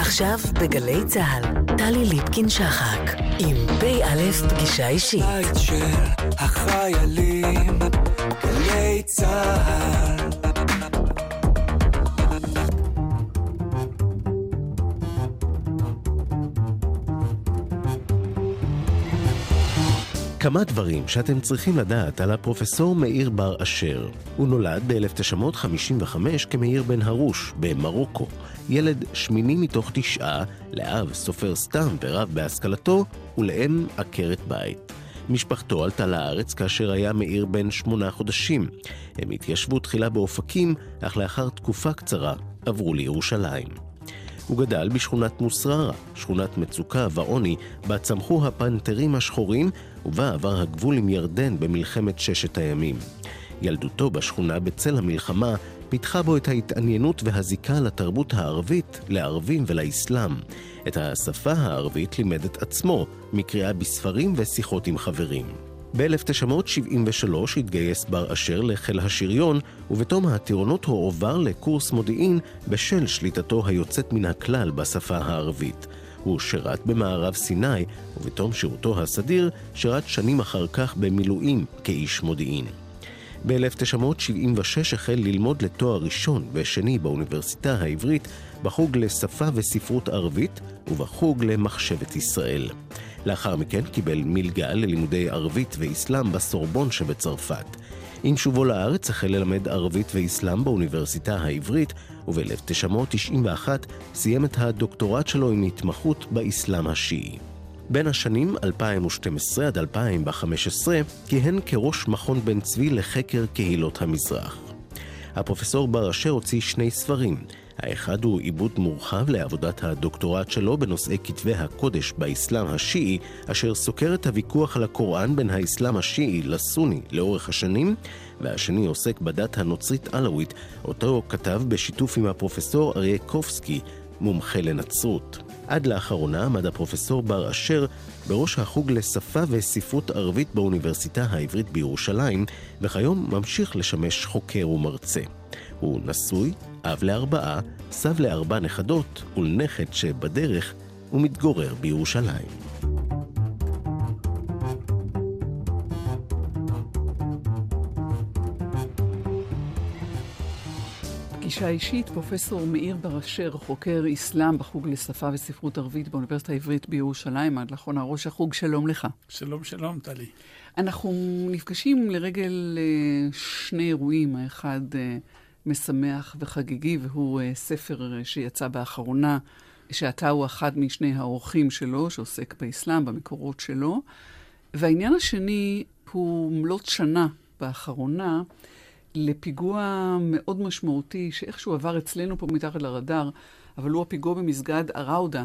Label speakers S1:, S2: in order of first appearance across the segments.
S1: עכשיו בגלי צהל, טלי ליפקין-שחק, עם פ"א פגישה אישית.
S2: בית של החיילים, גלי צהל.
S3: כמה דברים שאתם צריכים לדעת על הפרופסור מאיר בר אשר. הוא נולד ב-1955 כמאיר בן הרוש במרוקו, ילד שמיני מתוך 9, לאב סופר סתם ורב בהשכלתו, ולאם עקרת בית. משפחתו עלתה לארץ כאשר היה מאיר בן 8 חודשים. הם התיישבו תחילה באופקים, אך לאחר תקופה קצרה עברו לירושלים. הוא גדל בשכונת מוסררה, שכונת מצוקה ועוני, בה צמחו הפנתרים השחורים, ובה עבר הגבול עם ירדן במלחמת 6 הימים. ילדותו בשכונה בצל המלחמה פיתחה בו את ההתעניינות והזיקה לתרבות הערבית, לערבים ולאסלאם. את השפה הערבית לימד את עצמו, מקריאה בספרים ושיחות עם חברים. ב-1973 התגייס בר אשר לחיל השריון, ובתום הטירונות הוא עובר לקורס מודיעין בשל שליטתו היוצאת מן הכלל בשפה הערבית. הוא שירת במערב סיני, ובתום שירותו הסדיר שירת שנים אחר כך במילואים כאיש מודיעין. ב-1976 החל ללמוד לתואר ראשון ושני באוניברסיטה העברית, בחוג לשפה וספרות ערבית ובחוג למחשבת ישראל. לאחר מכן קיבל מלגה ללימודי ערבית ואסלאם בסורבון שבצרפת. עם שובו לארץ החל ללמד ערבית ואסלאם באוניברסיטה העברית, וב-1991 סיים את הדוקטורט שלו עם התמחות באסלאם השיעי. בין השנים 2012 עד 2015 כיהן כראש מכון בן צבי לחקר קהילות המזרח. הפרופסור בר אשר הוציא 2 ספרים. האחד הוא עיבוד מורחב לעבודת הדוקטורט שלו בנושאי כתבי הקודש באסלאם השיעי, אשר סוקר את הוויכוח על הקוראן בין האסלאם השיעי לסוני לאורך השנים, והשני עוסק בדת הנוצרית אלווית, אותו כתב בשיתוף עם הפרופסור אריה קופסקי, מומחה לנצרות. עד לאחרונה עמד הפרופסור בר אשר בראש החוג לשפה וספרות ערבית באוניברסיטה העברית בירושלים, וכיום ממשיך לשמש חוקר ומרצה. הוא נשוי, אב ל4, סב ל4 נכדות ולנכד שבדרך, ומתגורר בירושלים.
S4: פגישה אישית, פרופסור מאיר בר אשר, חוקר אסלאם בחוג לשפה וספרות ערבית באוניברסיטה העברית בירושלים, עד לאחרונה ראש החוג, שלום לך.
S5: שלום, שלום, טלי.
S4: אנחנו נפגשים לרגל 2 אירועים, האחד משמח וחגיגי, והוא ספר שיצא באחרונה, שאתה הוא אחד משני האורחים שלו, שעוסק באסלאם, במקורות שלו. והעניין השני הוא מלאת שנה באחרונה, לפיגוע מאוד משמעותי, שאיכשהו עבר אצלנו פה מתחת לרדאר, אבל הוא הפיגוע במסגד אראודה,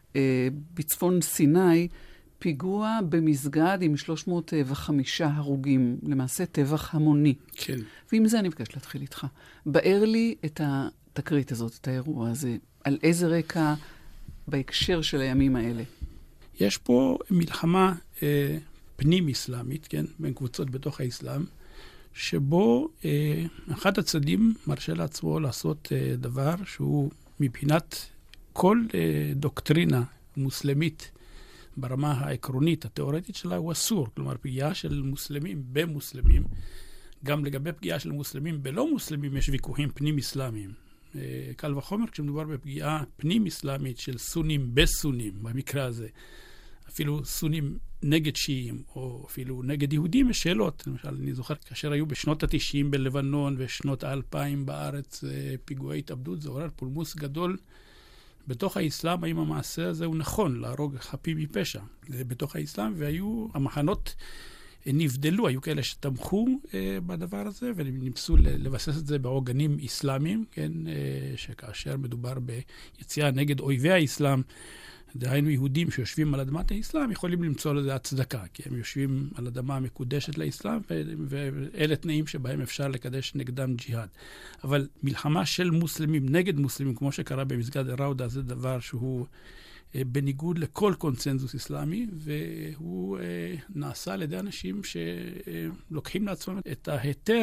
S4: בצפון סיני, פיגוע במסגד עם 305 הרוגים, למעשה טבח המוני.
S5: כן.
S4: ועם זה אני מבקש להתחיל איתך. באר לי את התקרית הזאת, את האירוע הזה, על איזה רקע בהקשר של הימים האלה.
S5: יש פה מלחמה פנים-אסלאמית, כן, בין קבוצות בתוך האסלאם, שבו אחד הצדדים מרשה לעצמו לעשות דבר שהוא מבחינת כל דוקטרינה מוסלמית ברמה העקרונית, התיאורטית שלה, הוא אסור. כלומר, פגיעה של מוסלמים במוסלמים. גם לגבי פגיעה של מוסלמים בלא מוסלמים יש ויכוחים פנים-אסלאמיים. קל וחומר כשמדובר בפגיעה פנים-אסלאמית של סונים בסונים, במקרה הזה. אפילו סונים נגד שיעים, או אפילו נגד יהודים, יש שאלות. למשל, אני זוכר, כאשר היו בשנות ה-90 בלבנון ושנות ה-2000 בארץ פיגועי התאבדות, זה עורר פולמוס גדול בתוך האסלאם, האם המעשה הזה הוא נכון, להרוג חפים מפשע. זה בתוך האסלאם, והיו המחנות נבדלו, היו כאלה שתמכו בדבר הזה, ונמצאו לבסס את זה בעוגנים אסלאמיים, כן, שכאשר מדובר ביציאה נגד אויבי האסלאם, דהיינו יהודים שיושבים על אדמת האסלאם, יכולים למצוא לזה הצדקה, כי הם יושבים על אדמה המקודשת לאסלאם, ואלה תנאים שבהם אפשר לקדש נגדם ג'יהאד. אבל מלחמה של מוסלמים נגד מוסלמים, כמו שקרה במסגד אראודה, זה דבר שהוא בניגוד לכל קונצנזוס אסלאמי, והוא נעשה על ידי אנשים שלוקחים לעצמם את ההיתר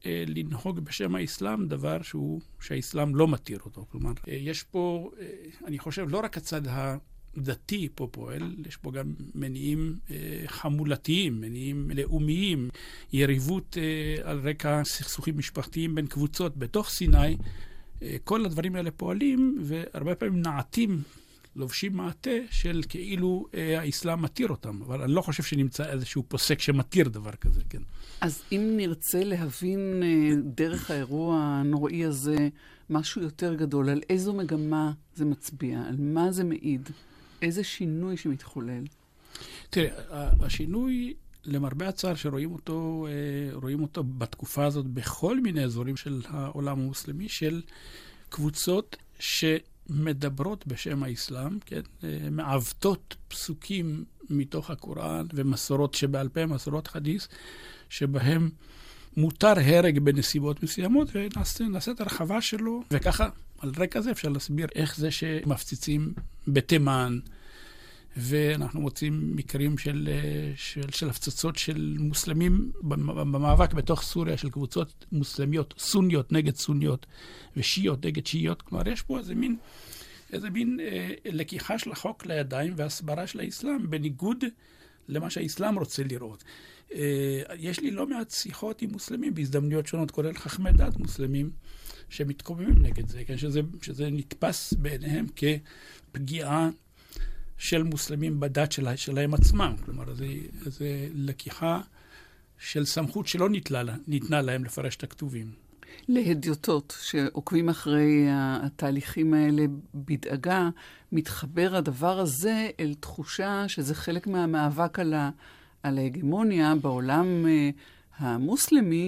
S5: לנהוג בשם האסלאם דבר שהאסלאם לא מתיר אותו. כלומר, יש פה, אני חושב, לא רק הצד הדתי פה פועל, יש פה גם מניעים חמולתיים, מניעים לאומיים, יריבות על רקע סכסוכים משפחתיים בין קבוצות בתוך סיני. כל הדברים האלה פועלים, והרבה פעמים נעתים, לובשים מעטה של כאילו האסלאם מתיר אותם. אבל אני לא חושב שנמצא איזשהו פוסק שמתיר דבר כזה, כן.
S4: אז אם נרצה להבין דרך האירוע הנוראי הזה משהו יותר גדול, על איזו מגמה זה מצביע, על מה זה מעיד, איזה שינוי שמתחולל?
S5: תראה, השינוי, למרבה הצער שרואים אותו בתקופה הזאת בכל מיני אזורים של העולם המוסלמי, של קבוצות שמדברות בשם האסלאם, כן? מעוותות פסוקים מתוך הקוראן ומסורות שבעל פה, מסורות חדיס, שבהם מותר הרג בנסיבות מסוימות, ונעשית הרחבה שלו, וככה על רקע זה אפשר להסביר איך זה שמפציצים בתימן, ואנחנו מוצאים מקרים של הפצצות של מוסלמים במאבק בתוך סוריה, של קבוצות מוסלמיות, סוניות נגד סוניות, ושיעות נגד שיעות. כלומר, יש פה איזה מין לקיחה של החוק לידיים והסברה של האסלאם, בניגוד למה שהאסלאם רוצה לראות. יש לי לא מעט שיחות עם מוסלמים בהזדמנויות שונות, כולל חכמי דת מוסלמים, שמתקוממים נגד זה, כן? שזה נתפס בעיניהם כפגיעה של מוסלמים בדת שלהם עצמם. כלומר, זו לקיחה של סמכות שלא ניתנה להם לפרש את הכתובים.
S4: להדיוטות שעוקבים אחרי התהליכים האלה בדאגה, מתחבר הדבר הזה אל תחושה שזה חלק מהמאבק על ההגמוניה בעולם המוסלמי,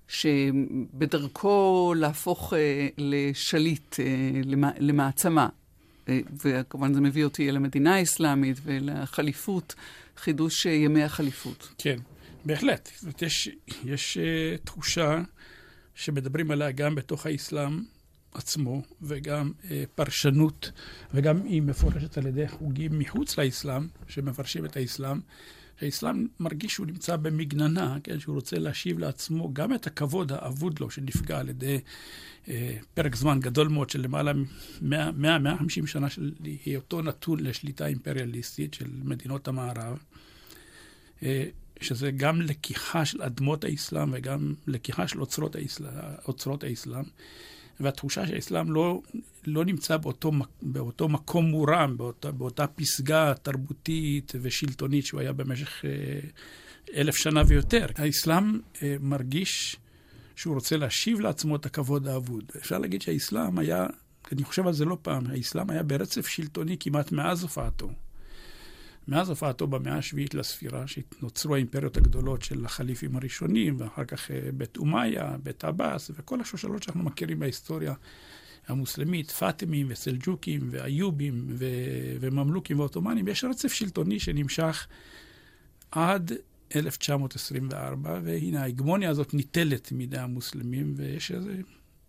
S4: שבדרכו להפוך לשליט, למעצמה. וכמובן זה מביא אותי אל המדינה האסלאמית ולחליפות, חידוש ימי החליפות.
S5: כן, בהחלט. יש תחושה שמדברים עליה גם בתוך האסלאם עצמו, וגם פרשנות, וגם היא מפורשת על ידי חוגים מחוץ לאסלאם, שמפרשים את האסלאם. האסלאם מרגיש שהוא נמצא במגננה, כן? שהוא רוצה להשיב לעצמו גם את הכבוד האבוד לו, שנפגע על ידי פרק זמן גדול מאוד של למעלה 150 שנה של היותו נתון לשליטה אימפריאליסטית של מדינות המערב, שזה גם לקיחה של אדמות האסלאם וגם לקיחה של אוצרות האסלאם, והתחושה שהאסלאם לא נמצא באותו מקום מורם, באותה פסגה תרבותית ושלטונית שהוא היה במשך 1,000 שנה ויותר. האסלאם מרגיש שהוא רוצה להשיב לעצמו את הכבוד האבוד. אפשר להגיד שהאסלאם היה, אני חושב על זה לא פעם, האסלאם היה ברצף שלטוני כמעט מאז הופעתו. מאז הופעתו במאה השביעית לספירה, שנוצרו האימפריות הגדולות של החליפים הראשונים, ואחר כך בית אומיה, בית עבאס, וכל השושלות שאנחנו מכירים בהיסטוריה המוסלמית, פאטימים וסלג'וקים ואיובים וממלוכים ואוטומנים. יש רצף שלטוני שנמשך עד 1924, והנה ההגמוניה הזאת ניטלת מידי המוסלמים, ויש איזה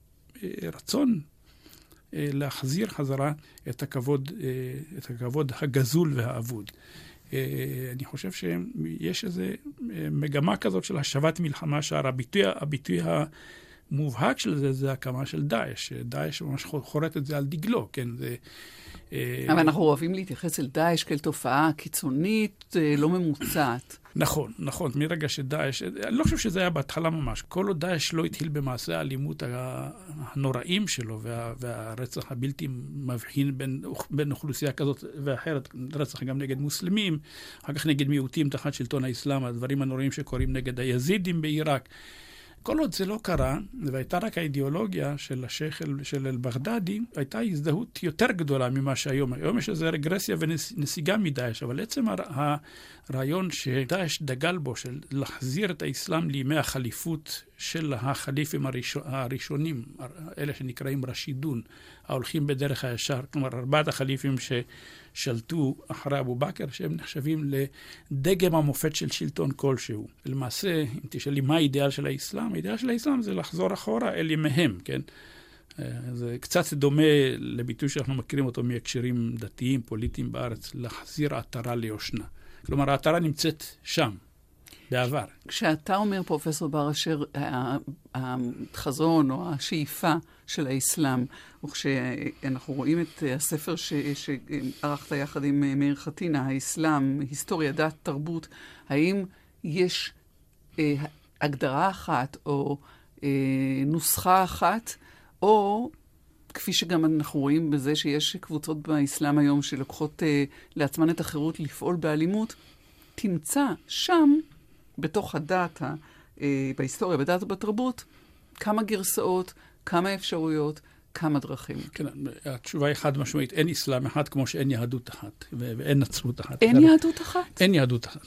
S5: רצון להחזיר חזרה את הכבוד הגזול והאבוד. אני חושב שיש איזה מגמה כזאת של השבת מלחמה שער. הביטוי המובהק של זה, זה הקמה של דאעש. דאעש ממש חורט את זה על דגלו, כן?
S4: אבל אנחנו אוהבים להתייחס אל דאעש כאל תופעה קיצונית, לא ממוצעת.
S5: נכון, נכון. מרגע שדאעש, אני לא חושב שזה היה בהתחלה ממש. כל עוד דאעש לא התחיל במעשה האלימות הנוראים שלו, והרצח הבלתי מבחין בין אוכלוסייה כזאת ואחרת, רצח גם נגד מוסלמים, אחר כך נגד מיעוטים תחת שלטון האסלאם, הדברים הנוראים שקורים נגד היזידים בעיראק. כל עוד זה לא קרה, והייתה רק האידיאולוגיה של השייך של אל-בגדדי, הייתה הזדהות יותר גדולה ממה שהיום. היום יש איזו רגרסיה ונסיגה מדאעש, אבל עצם הרעיון שדאעש דגל בו, של להחזיר את האסלאם לימי החליפות של החליפים הראשונים, אלה שנקראים רשידון, ההולכים בדרך הישר, כלומר 4 החליפים ששלטו אחרי אבו בכר, שהם נחשבים לדגם המופת של שלטון כלשהו. למעשה, אם תשאלי מה האידאל של האסלאם, האידאל של האסלאם זה לחזור אחורה אל ימיהם, כן? זה קצת דומה לביטוי שאנחנו מכירים אותו מהקשרים דתיים, פוליטיים בארץ, להחזיר עטרה ליושנה. כלומר, העטרה נמצאת שם. בעבר.
S4: כשאתה אומר, פרופסור בר אשר, החזון או השאיפה של האסלאם, וכשאנחנו רואים את הספר שערכת יחד עם מאיר חתינה, האסלאם, היסטוריה, דת, תרבות, האם יש הגדרה אחת או נוסחה אחת, או כפי שגם אנחנו רואים בזה שיש קבוצות באסלאם היום שלוקחות לעצמן את החירות לפעול באלימות, תמצא שם, בתוך הדת, בהיסטוריה, בדת ובתרבות, כמה גרסאות, כמה אפשרויות, כמה דרכים.
S5: כן, התשובה היא חד משמעית, אין אסלאם אחד כמו שאין יהדות אחת, ואין נצרות אחת.
S4: אין יהדות אחת?
S5: אין יהדות אחת.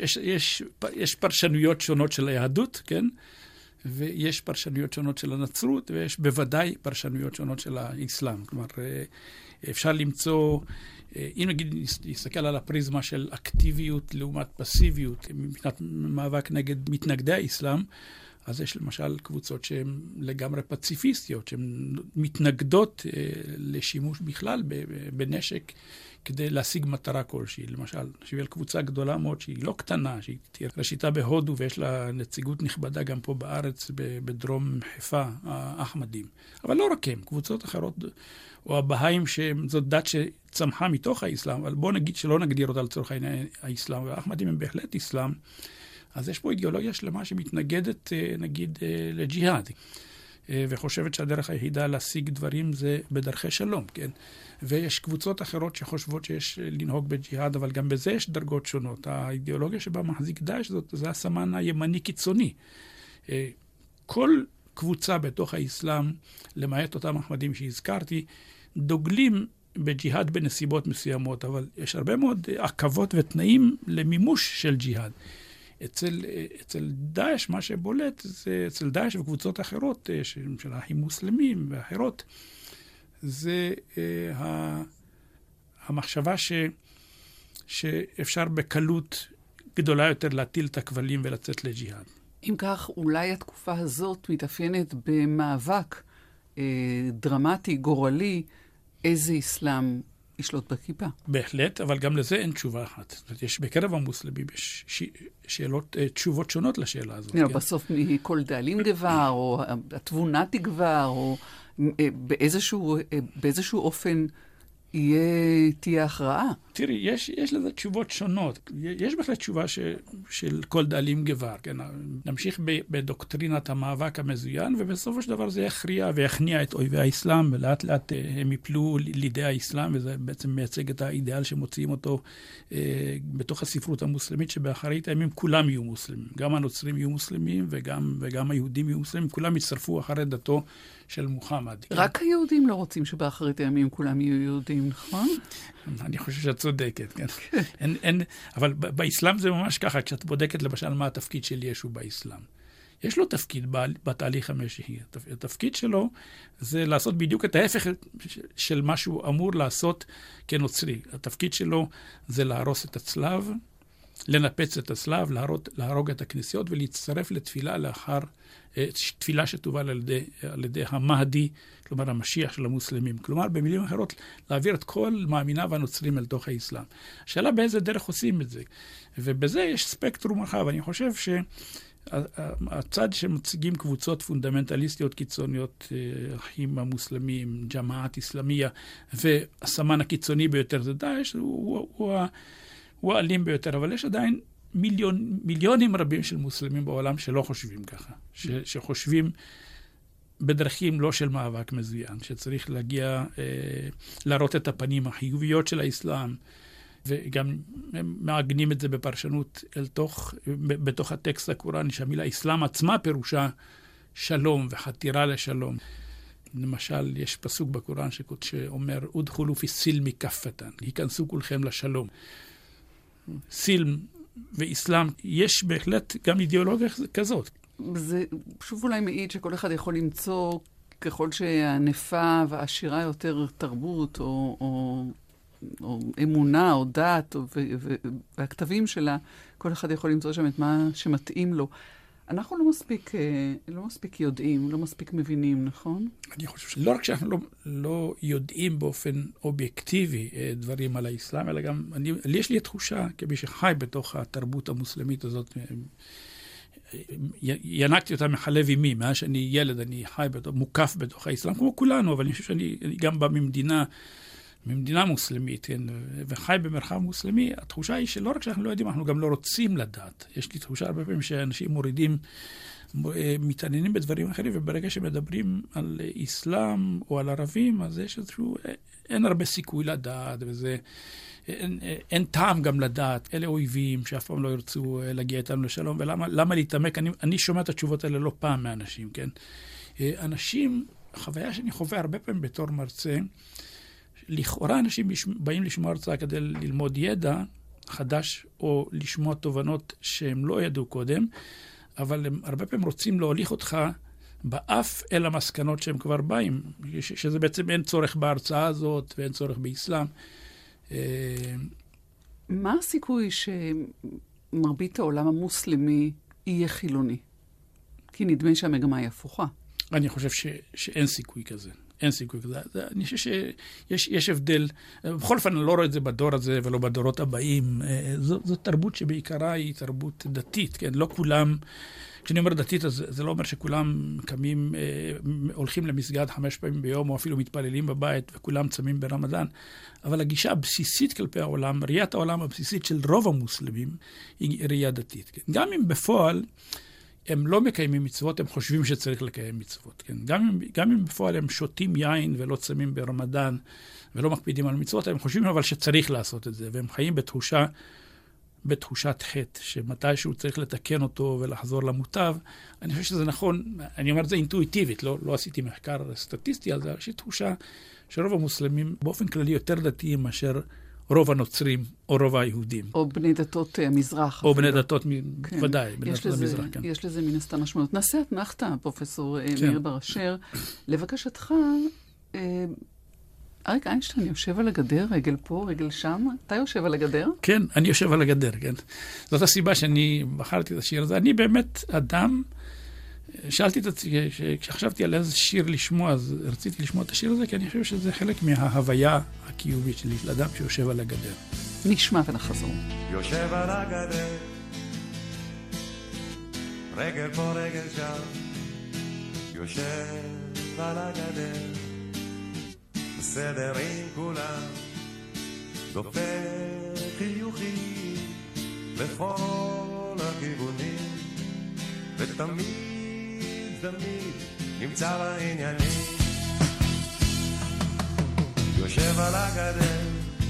S5: יש פרשנויות שונות של היהדות, כן? ויש פרשנויות שונות של הנצרות, ויש בוודאי פרשנויות שונות של האסלאם. כלומר, אפשר למצוא, אם נגיד נסתכל על הפריזמה של אקטיביות לעומת פסיביות, מבחינת מאבק נגד מתנגדי האסלאם, אז יש למשל קבוצות שהן לגמרי פציפיסטיות, שהן מתנגדות לשימוש בכלל בנשק כדי להשיג מטרה כלשהי. למשל, שיהיה קבוצה גדולה מאוד שהיא לא קטנה, שהיא תהיה ראשיתה בהודו ויש לה נציגות נכבדה גם פה בארץ, בדרום חיפה, האחמדים. אבל לא רק הם, קבוצות אחרות, או הבהאים שזאת דת שצמחה מתוך האסלאם, אבל בוא נגיד שלא נגדיר אותה לצורך האסלאם, והאחמדים הם בהחלט אסלאם, אז יש פה אידיאולוגיה שלמה שמתנגדת, נגיד, לג'יהאד, וחושבת שהדרך היחידה להשיג דברים זה בדרכי שלום, כן? ויש קבוצות אחרות שחושבות שיש לנהוג בג'יהאד, אבל גם בזה יש דרגות שונות. האידיאולוגיה שבה מחזיק דאעש זה הסמן הימני קיצוני. כל קבוצה בתוך האסלאם, למעט אותם אחמדים שהזכרתי, דוגלים בג'יהאד בנסיבות מסוימות, אבל יש הרבה מאוד עכבות ותנאים למימוש של ג'יהאד. אצל דאעש, מה שבולט, זה אצל דאעש וקבוצות אחרות, של האחים מוסלמים ואחרות, זה המחשבה שאפשר בקלות גדולה יותר להטיל את הכבלים ולצאת לג'יהאד.
S4: אם כך, אולי התקופה הזאת מתאפיינת במאבק דרמטי, גורלי, איזה אסלאם ישלוט בכיפה.
S5: בהחלט, אבל גם לזה אין תשובה אחת. זאת אומרת, יש בקרב המוסלמים שאלות, תשובות שונות לשאלה הזאת.
S4: כן? בסוף מכל דאלים גבר, או התבונה תגבר, או באיזשהו אופן תהיה הכרעה.
S5: תראי, יש לזה תשובות שונות. יש בהחלט תשובה של כל דאלים גבר. כן? נמשיך בדוקטרינת המאבק המזוין, ובסופו של דבר זה יכריע ויכניע את אויבי האסלאם, ולאט לאט הם יפלו לידי האסלאם, וזה בעצם מייצג את האידאל שמוציאים אותו בתוך הספרות המוסלמית, שבאחרית הימים כולם יהיו מוסלמים. גם הנוצרים יהיו מוסלמים, וגם היהודים יהיו מוסלמים. כולם יצטרפו אחרי דתו של מוחמד.
S4: רק היהודים לא רוצים שבאחרית הימים כולם יהיו יהודים, נכון?
S5: אני חושב שאת צודקת, כן. אבל באסלאם זה ממש ככה, כשאת בודקת למשל מה התפקיד של ישו באסלאם. יש לו תפקיד בתהליך המשיחי. התפקיד שלו זה לעשות בדיוק את ההפך של מה שהוא אמור לעשות כנוצרי. התפקיד שלו זה להרוס את הצלב, לנפץ את הצלב, להרוג את הכנסיות ולהצטרף לתפילה לאחר, תפילה שתובל על ידי המהדי, כלומר המשיח של המוסלמים. כלומר, במילים אחרות, להעביר את כל מאמיניו הנוצרים אל תוך האסלאם. השאלה באיזה דרך עושים את זה. ובזה יש ספקטרום רחב. אני חושב שהצד שמציגים קבוצות פונדמנטליסטיות קיצוניות, אחים המוסלמים, ג'מאעת אסלאמיה, והסמן הקיצוני ביותר זה דאעש, הוא האלים ביותר, אבל יש עדיין מיליונים רבים של מוסלמים בעולם שלא חושבים ככה, שחושבים בדרכים לא של מאבק מזוין, שצריך להגיע, להראות את הפנים החיוביות של האסלאם, וגם הם מעגנים את זה בפרשנות בתוך הטקסט הקוראני, שהמילה אסלאם עצמה פירושה שלום וחתירה לשלום. למשל, יש פסוק בקוראן שאומר, "אודחולו פי סילמי כפתן", היכנסו כולכם לשלום. סילם ואסלאם, יש בהחלט גם אידיאולוגיה כזאת.
S4: זה שוב אולי מעיד שכל אחד יכול למצוא, ככל שהענפה והעשירה יותר תרבות, או אמונה, או דת, והכתבים שלה, כל אחד יכול למצוא שם את מה שמתאים לו. אנחנו לא מספיק יודעים, לא מספיק מבינים, נכון?
S5: אני חושב שלא רק שאנחנו לא יודעים באופן אובייקטיבי דברים על האסלאם, אלא גם, יש לי תחושה, כמי שחי בתוך התרבות המוסלמית הזאת, ינקתי אותה מחלב אימי, מאז שאני ילד, אני חי מוקף בתוך האסלאם, כמו כולנו, אבל אני חושב שאני גם בא ממדינה מוסלמית, כן, וחי במרחב מוסלמי. התחושה היא שלא רק שאנחנו לא יודעים, אנחנו גם לא רוצים לדעת. יש לי תחושה הרבה פעמים שאנשים מתעניינים בדברים אחרים, וברגע שמדברים על אסלאם או על ערבים, אז יש איזשהו, אין הרבה סיכוי לדעת, וזה, אין טעם גם לדעת. אלה אויבים שאף פעם לא ירצו להגיע איתנו לשלום, ולמה להתעמק? אני שומע את התשובות האלה לא פעם מאנשים, כן? אנשים, חוויה שאני חווה הרבה פעמים בתור מרצה, לכאורה אנשים באים לשמוע הרצאה כדי ללמוד ידע חדש, או לשמוע תובנות שהם לא ידעו קודם, אבל הם הרבה פעמים רוצים להוליך אותך באף אל המסקנות שהם כבר באים, שזה בעצם אין צורך בהרצאה הזאת, ואין צורך באסלאם.
S4: מה הסיכוי שמרבית העולם המוסלמי יהיה חילוני? כי נדמה שהמגמה היא הפוכה.
S5: אני חושב שאין סיכוי כזה. אין סיכוי כזה. אני חושב שיש הבדל. בכל אופן, אני לא רואה את זה בדור הזה ולא בדורות הבאים. זו תרבות שבעיקרה היא תרבות דתית, כן? לא כולם, כשאני אומר דתית, אז זה לא אומר שכולם קמים, הולכים למסגד 5 פעמים ביום, או אפילו מתפללים בבית, וכולם צמים ברמדאן. אבל הגישה הבסיסית כלפי העולם, ראיית העולם הבסיסית של רוב המוסלמים, היא ראייה דתית. כן? גם אם בפועל הם לא מקיימים מצוות, הם חושבים שצריך לקיים מצוות. כן? גם אם בפועל הם שותים יין ולא צמים ברמדאן, ולא מקפידים על מצוות, הם חושבים אבל שצריך לעשות את זה, והם חיים בתחושת חטא, שמתישהו צריך לתקן אותו ולחזור למוטב. אני חושב שזה נכון, אני אומר את זה אינטואיטיבית, לא עשיתי מחקר סטטיסטי על זה, יש לי תחושה שרוב המוסלמים באופן כללי יותר דתיים מאשר רוב הנוצרים או רוב היהודים.
S4: או בני דתות המזרח.
S5: או בני דתות, ודאי, בני דתות המזרח, כן.
S4: יש לזה מן הסתם משמעות. נעשה אתנחתא, פרופסור מאיר בר אשר. לבקשתך, אריק איינשטיין יושב על הגדר, רגל פה, רגל שם. אתה יושב על הגדר?
S5: כן, אני יושב על הגדר, כן. זאת הסיבה שאני בחרתי את השיר הזה. אני באמת אדם, שאלתי את עצמי, כשחשבתי על איזה שיר לשמוע, אז רציתי לשמוע את השיר הזה, כי אני חושב שזה חלק מההוויה הקיומית שלי, של אדם שיושב על הגדר.
S4: נשמע ונחזור.
S2: יושב על הגדר, רגל פה רגל שם, יושב על הגדר, בסדר עם כולם, דופק חיוכים לכל הכיוונים, ותמיד נמצא בעניינים. יושב על הגדר,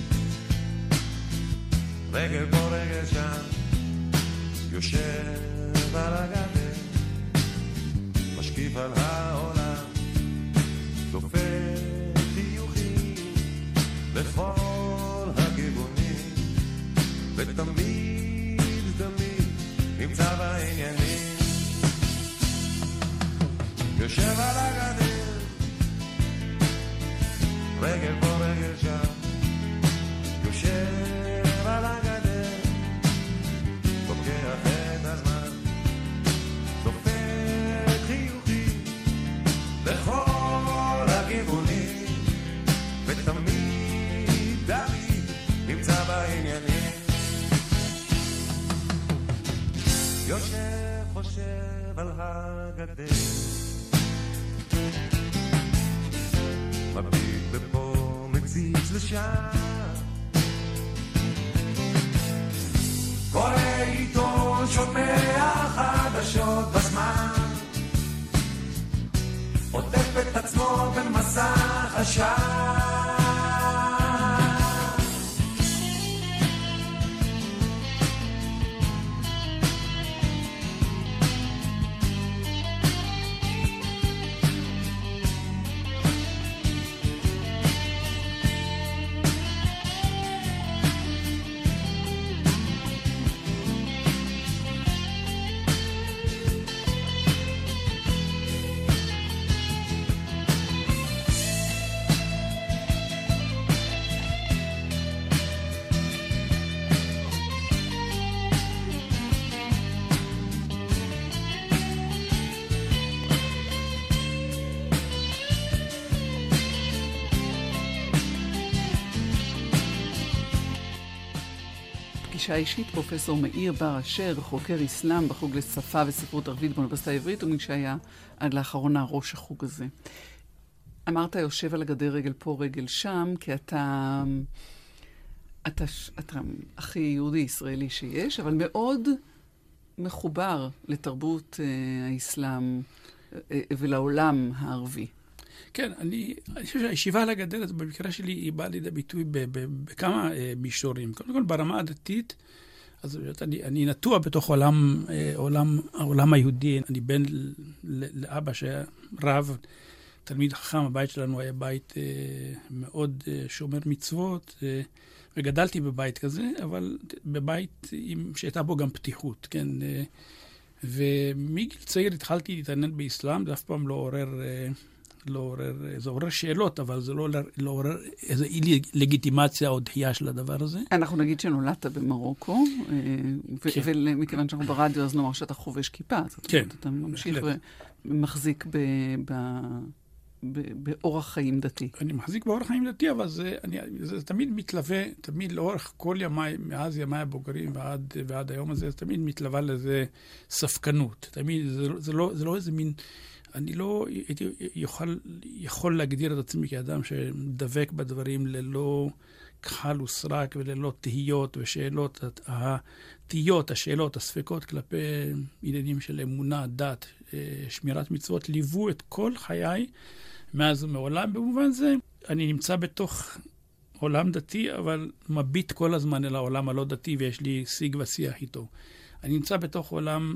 S2: רגל פה רגל שם, יושב על הגדר, משקיף על העולם, דופק חיוכים לכל הכיוונים, ותמיד נמצא בעניינים. יושב על הגדר, רגל פה רגל שם, יושב על הגדר, לוקח את הזמן, דופק חיוכים לכל הכיוונים, ותמיד נמצא בעניינים. יושב חושב על הגדר, מביט בפה מציץ לשם, קורא עיתון, שומע חדשות בזמן, עוטף את עצמו במסך עשן.
S4: פגישה אישית, פרופסור מאיר בר אשר, חוקר אסלאם בחוג לשפה וספרות ערבית באוניברסיטה העברית, ומי שהיה עד לאחרונה ראש החוג הזה. אמרת, יושב על הגדר רגל פה, רגל שם, כי אתה הכי יהודי ישראלי שיש, אבל מאוד מחובר לתרבות האסלאם ולעולם הערבי.
S5: כן, אני חושב שהישיבה על הגדר, במקרה שלי, היא באה לידי ביטוי בכמה מישורים. קודם כל, ברמה הדתית, אז אני נטוע בתוך העולם היהודי. אני בן לאבא שהיה רב, תלמיד חכם. הבית שלנו היה בית מאוד שומר מצוות, וגדלתי בבית כזה, אבל בבית שהייתה בו גם פתיחות, כן. ומגיל צעיר התחלתי להתעניין באסלאם, זה אף פעם לא עורר, זה עורר שאלות, אבל זה לא עורר איזו לגיטימציה או דחייה של הדבר הזה.
S4: אנחנו נגיד שנולדת במרוקו, ומכיוון שאנחנו ברדיו, אז נאמר שאתה חובש כיפה.
S5: כן.
S4: אתה ממשיך ומחזיק באורח חיים דתי.
S5: אני מחזיק באורח חיים דתי, אבל זה תמיד מתלווה, תמיד לאורך כל ימיי, מאז ימיי הבוגרים ועד היום הזה, זה תמיד מתלווה לזה ספקנות. תמיד, זה לא איזה מין... אני לא יכול להגדיר את עצמי כאדם שדבק בדברים ללא כחל וסרק וללא תהיות ושאלות. התהיות, השאלות, הספקות כלפי עניינים של אמונה, דת, שמירת מצוות, ליוו את כל חיי מאז ומעולם. במובן זה, אני נמצא בתוך עולם דתי, אבל מביט כל הזמן אל העולם הלא דתי, ויש לי שיג ושיח איתו. אני נמצא בתוך עולם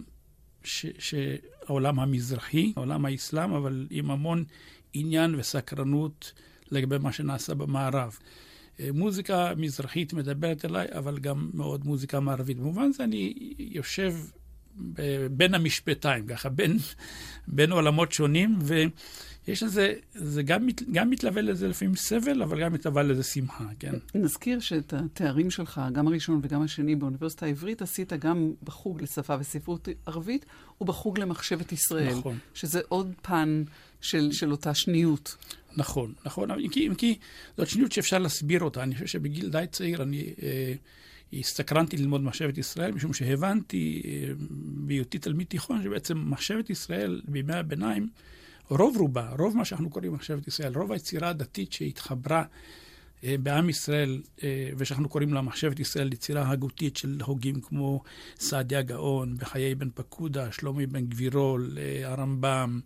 S5: העולם המזרחי, העולם האסלאם, אבל עם המון עניין וסקרנות לגבי מה שנעשה במערב. מוזיקה מזרחית מדברת אליי, אבל גם מאוד מוזיקה מערבית. במובן זה אני יושב בין המשפטיים, ככה, בין עולמות שונים, ויש לזה, זה גם מתלווה לזה לפעמים סבל, אבל גם מתלווה לזה שמחה, כן?
S4: נזכיר שאת התארים שלך, גם הראשון וגם השני באוניברסיטה העברית, עשית גם בחוג לשפה וספרות ערבית, ובחוג למחשבת ישראל.
S5: נכון. שזה
S4: עוד פן של אותה שניות.
S5: נכון, נכון. אם כי זאת שניות שאפשר להסביר אותה. אני חושב שבגיל די צעיר אני הסתקרנתי ללמוד מחשבת ישראל, משום שהבנתי בהיותי תלמיד תיכון, שבעצם מחשבת ישראל בימי הביניים, רוב מה שאנחנו קוראים מחשבת ישראל, רוב היצירה הדתית שהתחברה בעם ישראל, ושאנחנו קוראים לה מחשבת ישראל, יצירה הגותית של הוגים כמו סעדיה גאון, בחיי בן פקודה, שלומי בן גבירול, הרמב"ם,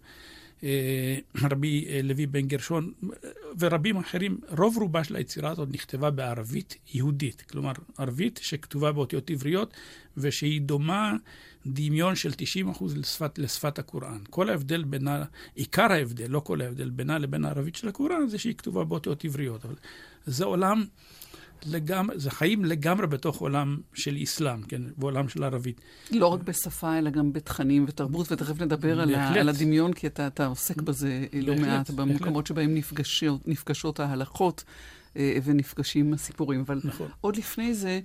S5: רבי לוי בן גרשון ורבים אחרים. רוב רובה של היצירה הזאת נכתבה בערבית יהודית, כלומר ערבית שכתובה באותיות עבריות, ושהיא דומה דמיון של 90% לשפת הקוראן. כל ההבדל בינה, עיקר ההבדל, לא כל ההבדל בינה לבין הערבית של הקוראן, זה שהיא כתובה באותיות עבריות. אבל זה עולם לגמרי, זה חיים לגמרי בתוך עולם של אסלאם, כן, בעולם של ערבית.
S4: לא רק בשפה, אלא גם בתכנים ותרבות, ותכף נדבר על הדמיון, כי אתה עוסק בזה לא מעט, במקומות שבהם נפגשות ההלכות ונפגשים הסיפורים. אבל עוד לפני זה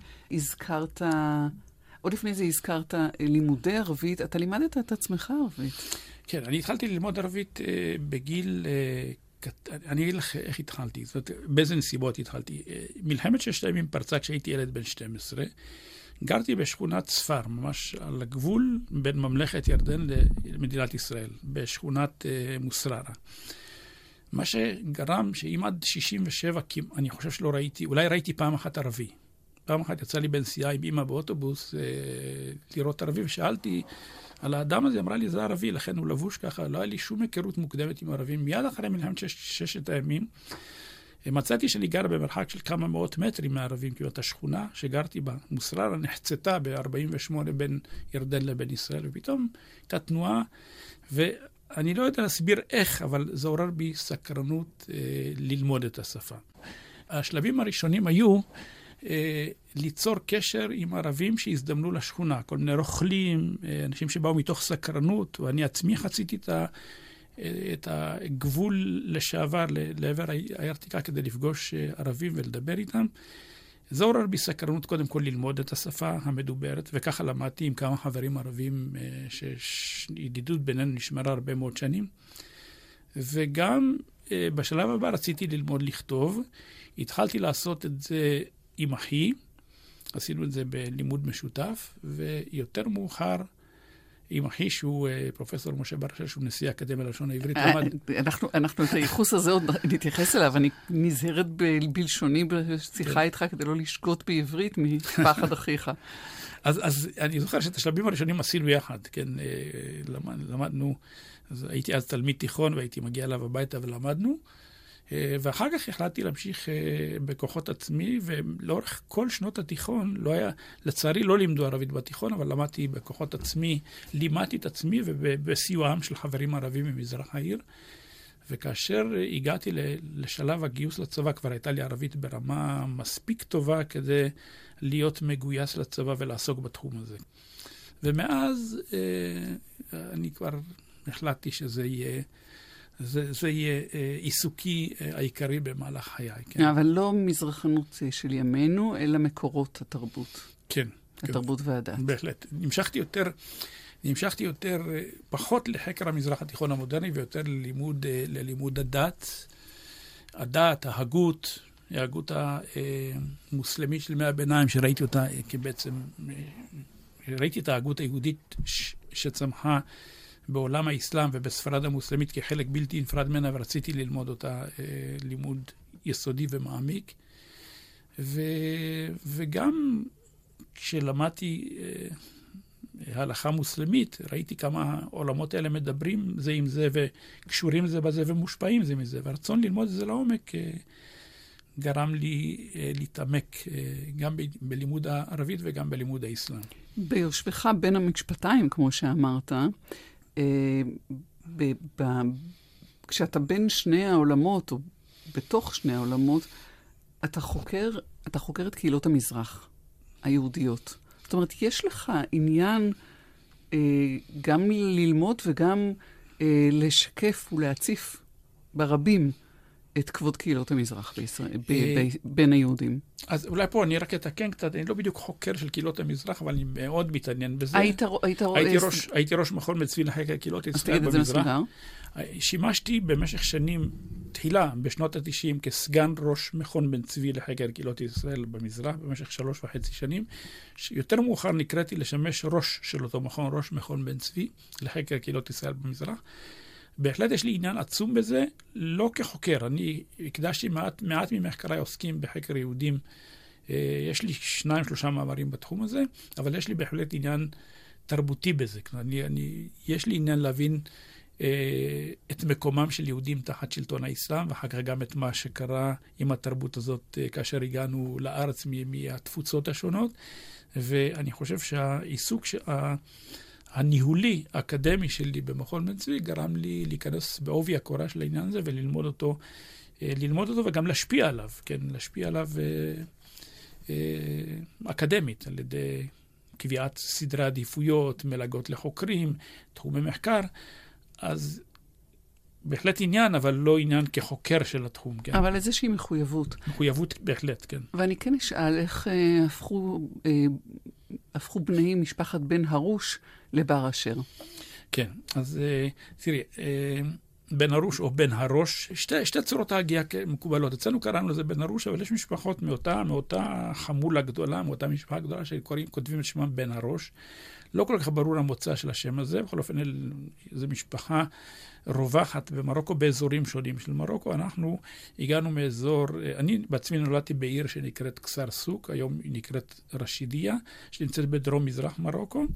S4: הזכרת לימודי ערבית. אתה לימדת את עצמך ערבית.
S5: כן, אני התחלתי ללמוד ערבית בגיל... אני אגיד לך איך התחלתי, זאת אומרת, באיזה נסיבות התחלתי. מלחמת 6 הימים פרצה כשהייתי ילד בן 12, גרתי בשכונת ספר, ממש על הגבול בין ממלכת ירדן למדינת ישראל, בשכונת מוסררה. מה שגרם שאם עד 67, אני חושב שלא ראיתי, אולי ראיתי פעם אחת ערבי. פעם אחת יצא לי בנסיעה עם אמא באוטובוס לראות ערבי, ושאלתי על האדם הזה, אמרה לי, זה ערבי, לכן הוא לבוש ככה, לא היה לי שום היכרות מוקדמת עם ערבים. מיד אחרי מלחמת 6 הימים, מצאתי שאני גר במרחק של כמה מאות מטרים מהערבים, כי אותה שכונה שגרתי בה, מוסררה, נחצתה ב-48 בין ירדן לבין ישראל, ופתאום הייתה תנועה, ואני לא יודע להסביר איך, אבל זה עורר בי סקרנות ללמוד את השפה. השלבים הראשונים היו ליצור קשר עם ערבים שהזדמנו לשכונה, כל מיני רוכלים, אנשים שבאו מתוך סקרנות, ואני עצמי חציתי את הגבול לשעבר לעבר העתיקה כדי לפגוש ערבים ולדבר איתם. זה עורר בי סקרנות קודם כל ללמוד את השפה המדוברת, וככה למדתי עם כמה חברים ערבים שידידות בינינו נשמרה הרבה מאוד שנים. וגם בשלב הבא רציתי ללמוד לכתוב. התחלתי לעשות את זה עם אחי, עשינו את זה בלימוד משותף, ויותר מאוחר, עם אחי שהוא פרופסור משה ברשל, שהוא נשיא האקדמיה ללשון העברית.
S4: אנחנו את הייחוס הזה עוד נתייחס אליו, אני נזהרת בלשוני בשיחה איתך כדי לא לשגות בעברית מפחד אחיך.
S5: אז אני זוכר שאת השלבים הראשונים עשינו יחד, כן, למדנו, אז הייתי אז תלמיד תיכון והייתי מגיע אליו הביתה ולמדנו, ואחר כך החלטתי להמשיך בכוחות עצמי, ולאורך כל שנות התיכון, לצערי לא לימדו ערבית בתיכון, אבל למדתי בכוחות עצמי, לימדתי את עצמי ובסיועם של חברים ערבים ממזרח העיר, וכאשר הגעתי לשלב הגיוס לצבא, כבר הייתה לי ערבית ברמה מספיק טובה כדי להיות מגויס לצבא ולעסוק בתחום הזה. ומאז אני כבר החלטתי שזה יהיה עיסוקי העיקרי במהלך חיי. כן.
S4: אבל לא מזרחנות של ימינו, אלא מקורות התרבות.
S5: כן.
S4: התרבות והדת.
S5: בהחלט. נמשכתי יותר פחות לחקר המזרח התיכון המודרני, ויותר ללימוד הדת, ההגות המוסלמית של ימי הביניים, שראיתי אותה כבעצם, ראיתי את ההגות היהודית שצמחה בעולם האסלאם ובספרד המוסלמית כחלק בלתי נפרד ממנה, ורציתי ללמוד אותה לימוד יסודי ומעמיק. וגם כשלמדתי הלכה מוסלמית, ראיתי כמה העולמות האלה מדברים זה עם זה, וקשורים זה בזה ומושפעים זה מזה. והרצון ללמוד את זה לעומק גרם לי להתעמק גם בלימוד הערבית וגם בלימוד האסלאם.
S4: ביושבך בין המשפטיים, כמו שאמרת, כשאתה בין שני העולמות, או בתוך שני העולמות, אתה חוקר את קהילות המזרח היהודיות. זאת אומרת, יש לך עניין גם ללמוד וגם לשקף ולהציף ברבים את כבוד קהילות המזרח בישראל, בין היהודים.
S5: אז אולי פה אני רק אתקן קצת, אני לא בדיוק חוקר של קהילות המזרח, אבל אני מאוד מתעניין בזה. הייתי ראש מכון בן צבי לחקר קהילות ישראל במזרח. שימשתי במשך שנים, תחילה בשנות ה-90, כסגן ראש מכון בן צבי לחקר קהילות ישראל במזרח, במשך 3.5 שנים. יותר מאוחר נקראתי לשמש ראש של אותו מכון, ראש מכון בן צבי לחקר קהילות ישראל במזרח. בהחלט יש לי עניין עצום בזה, לא כחוקר. אני הקדשתי מעט ממחקריי עוסקים בחקר יהודים. יש לי 2-3 מאמרים בתחום הזה, אבל יש לי בהחלט עניין תרבותי בזה. יש לי עניין להבין את מקומם של יהודים תחת שלטון האסלאם, ואחר כך גם את מה שקרה עם התרבות הזאת כאשר הגענו לארץ מהתפוצות השונות. ואני חושב שהעיסוק הניהולי, האקדמי שלי במכון בן צבי, גרם לי להיכנס בעובי הקורה של העניין הזה וללמוד אותו וגם להשפיע עליו, כן, להשפיע עליו אקדמית, על ידי קביעת סדרי עדיפויות, מלגות לחוקרים, תחומי מחקר. אז בהחלט עניין, אבל לא עניין כחוקר של התחום, כן.
S4: אבל איזושהי מחויבות.
S5: מחויבות בהחלט, כן.
S4: ואני כן אשאל איך הפכו בני משפחת בן הרוש לבר אשר.
S5: כן, אז תראי, בן הרוש או בן הרוש, שתי צורות ההגיעה מקובלות. אצלנו קראנו לזה בן הרוש, אבל יש משפחות מאותה חמולה גדולה, מאותה משפחה גדולה, שכותבים את שמם בן הרוש. לא כל כך ברור המוצא של השם הזה, בכל אופן זו משפחה רווחת במרוקו באזורים שונים של מרוקו. אנחנו הגענו מאזור, אני בעצמי נולדתי בעיר שנקראת קסר סוק, היום היא נקראת רשידיה, שנמצאת בדרום מזרח מרוקו,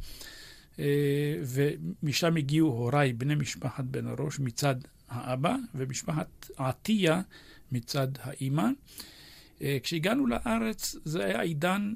S5: ומשם הגיעו הוריי, בני משפחת בן הרוש מצד האבא, ומשפחת עטיה מצד האמא. כשהגענו לארץ זה היה עידן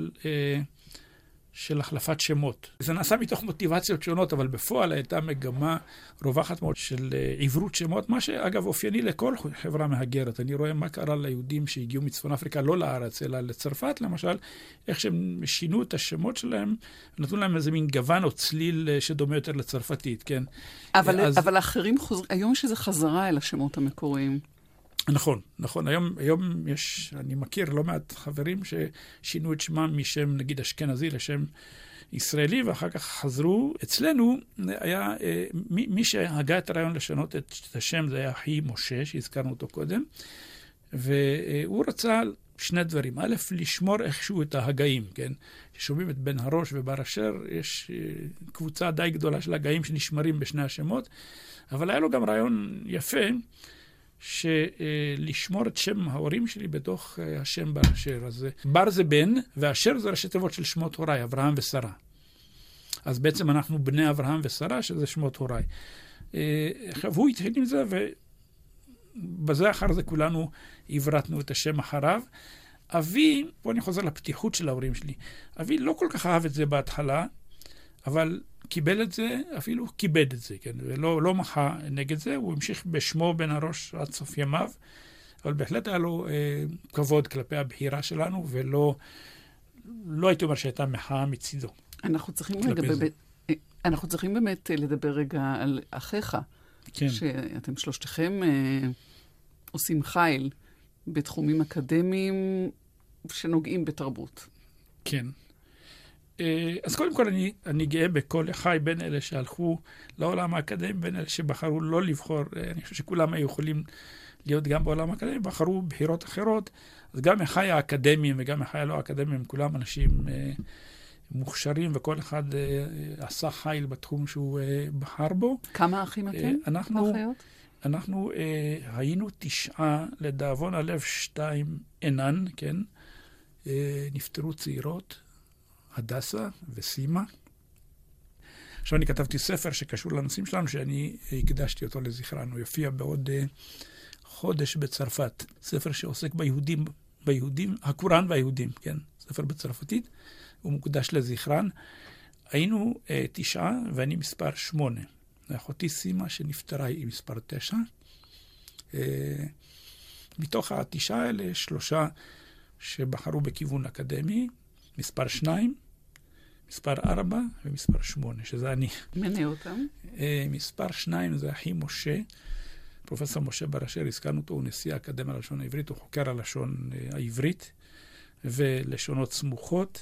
S5: של החלפת שמות. זה נעשה מתוך מוטיבציות שונות, אבל בפועל הייתה מגמה רווחת מאוד של עברות שמות, מה שאגב אופייני לכל חברה מהגרת. אני רואה מה קרה ליהודים שהגיעו מצפון אפריקה, לא לארץ, אלא לצרפת למשל, איך שהם שינו את השמות שלהם, נתנו להם איזה מין גוון או צליל שדומה יותר לצרפתית, כן?
S4: אבל האחרים חוזרים, היום שזה חזרה אל השמות המקוריים.
S5: נכון. היום אני מכיר לא מעט חברים ששינו את שמם משם, נגיד, אשכנזי לשם ישראלי, ואחר כך חזרו. אצלנו היה, מי שהגה את הרעיון לשנות את השם, זה היה אחי משה, שהזכרנו אותו קודם, והוא רצה שני דברים. א', לשמור איכשהו את ההגאים, כן? ששומעים את בן הראש ובר אשר, יש קבוצה די גדולה של הגאים שנשמרים בשני השמות, אבל היה לו גם רעיון יפה, שלשמור את שם ההורים שלי בתוך השם בר אשר. אז בר זה בן, ואשר זה ראשי תיבות של שמות הוריי, אברהם ושרה. אז בעצם אנחנו בני אברהם ושרה, שזה שמות הוריי. הוא התחיל עם זה, ובזה אחר זה כולנו עברתנו את השם אחריו. אבי, פה אני חוזר לפתיחות של ההורים שלי, אבי לא כל כך אהב את זה בהתחלה, אבל קיבל את זה, אפילו כיבד את זה, כן? ולא מחה נגד זה, הוא המשיך בשמו בן הראש עד סוף ימיו, אבל בהחלט היה לו כבוד כלפי הבחירה שלנו, ולא הייתי אומר שהייתה מחאה מצידו.
S4: אנחנו צריכים באמת לדבר רגע על אחיך,
S5: כן.
S4: שאתם שלושתכם עושים חיל בתחומים אקדמיים שנוגעים בתרבות.
S5: כן. אז קודם כל אני גאה בכל אחי, בין אלה שהלכו לעולם האקדמי, בין אלה שבחרו לא לבחור. אני חושב שכולם היו יכולים להיות גם בעולם האקדמי, בחרו בחירות אחרות. אז גם אחי האקדמיים וגם אחי הלא האקדמיים, כולם אנשים מוכשרים, וכל אחד עשה חיל בתחום שהוא בחר בו.
S4: כמה אחים אתם?
S5: אנחנו היינו 9, לדאבון הלב 2 אינן, כן? נפטרו צעירות, הדסה וסימה. עכשיו אני כתבתי ספר שקשור לנושאים שלנו, שאני הקדשתי אותו לזכרן. הוא יופיע בעוד חודש בצרפת. ספר שעוסק ביהודים, הקוראן והיהודים, כן? ספר בצרפתית. הוא מוקדש לזכרן. היינו 9 ואני מספר 8. ואחותי סימה שנפטרה היא מספר 9. מתוך 9 האלה 3 שבחרו בכיוון אקדמי, מספר 2, מספר 4 ומספר 8, שזה אני.
S4: מנה אותם?
S5: מספר 2 זה אחי משה, פרופסור משה בר אשר, הזכרנו אותו, הוא נשיא האקדמיה ללשון העברית, הוא חוקר הלשון העברית ולשונות סמוכות,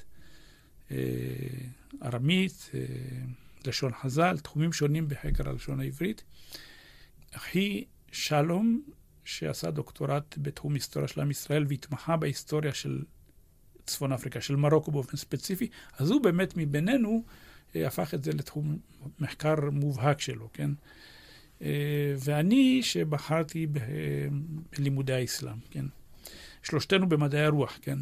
S5: ארמית, לשון חז"ל, תחומים שונים בחקר הלשון העברית. אחי שלום, שעשה דוקטורט בתחום היסטוריה של עם ישראל, והתמחה בהיסטוריה של צפון אפריקה, של מרוקו באופן ספציפי, אז הוא באמת מבינינו הפך את זה לתחום מחקר מובהק שלו, כן? ואני שבחרתי בלימודי האסלאם, כן? שלושתנו במדעי הרוח, כן?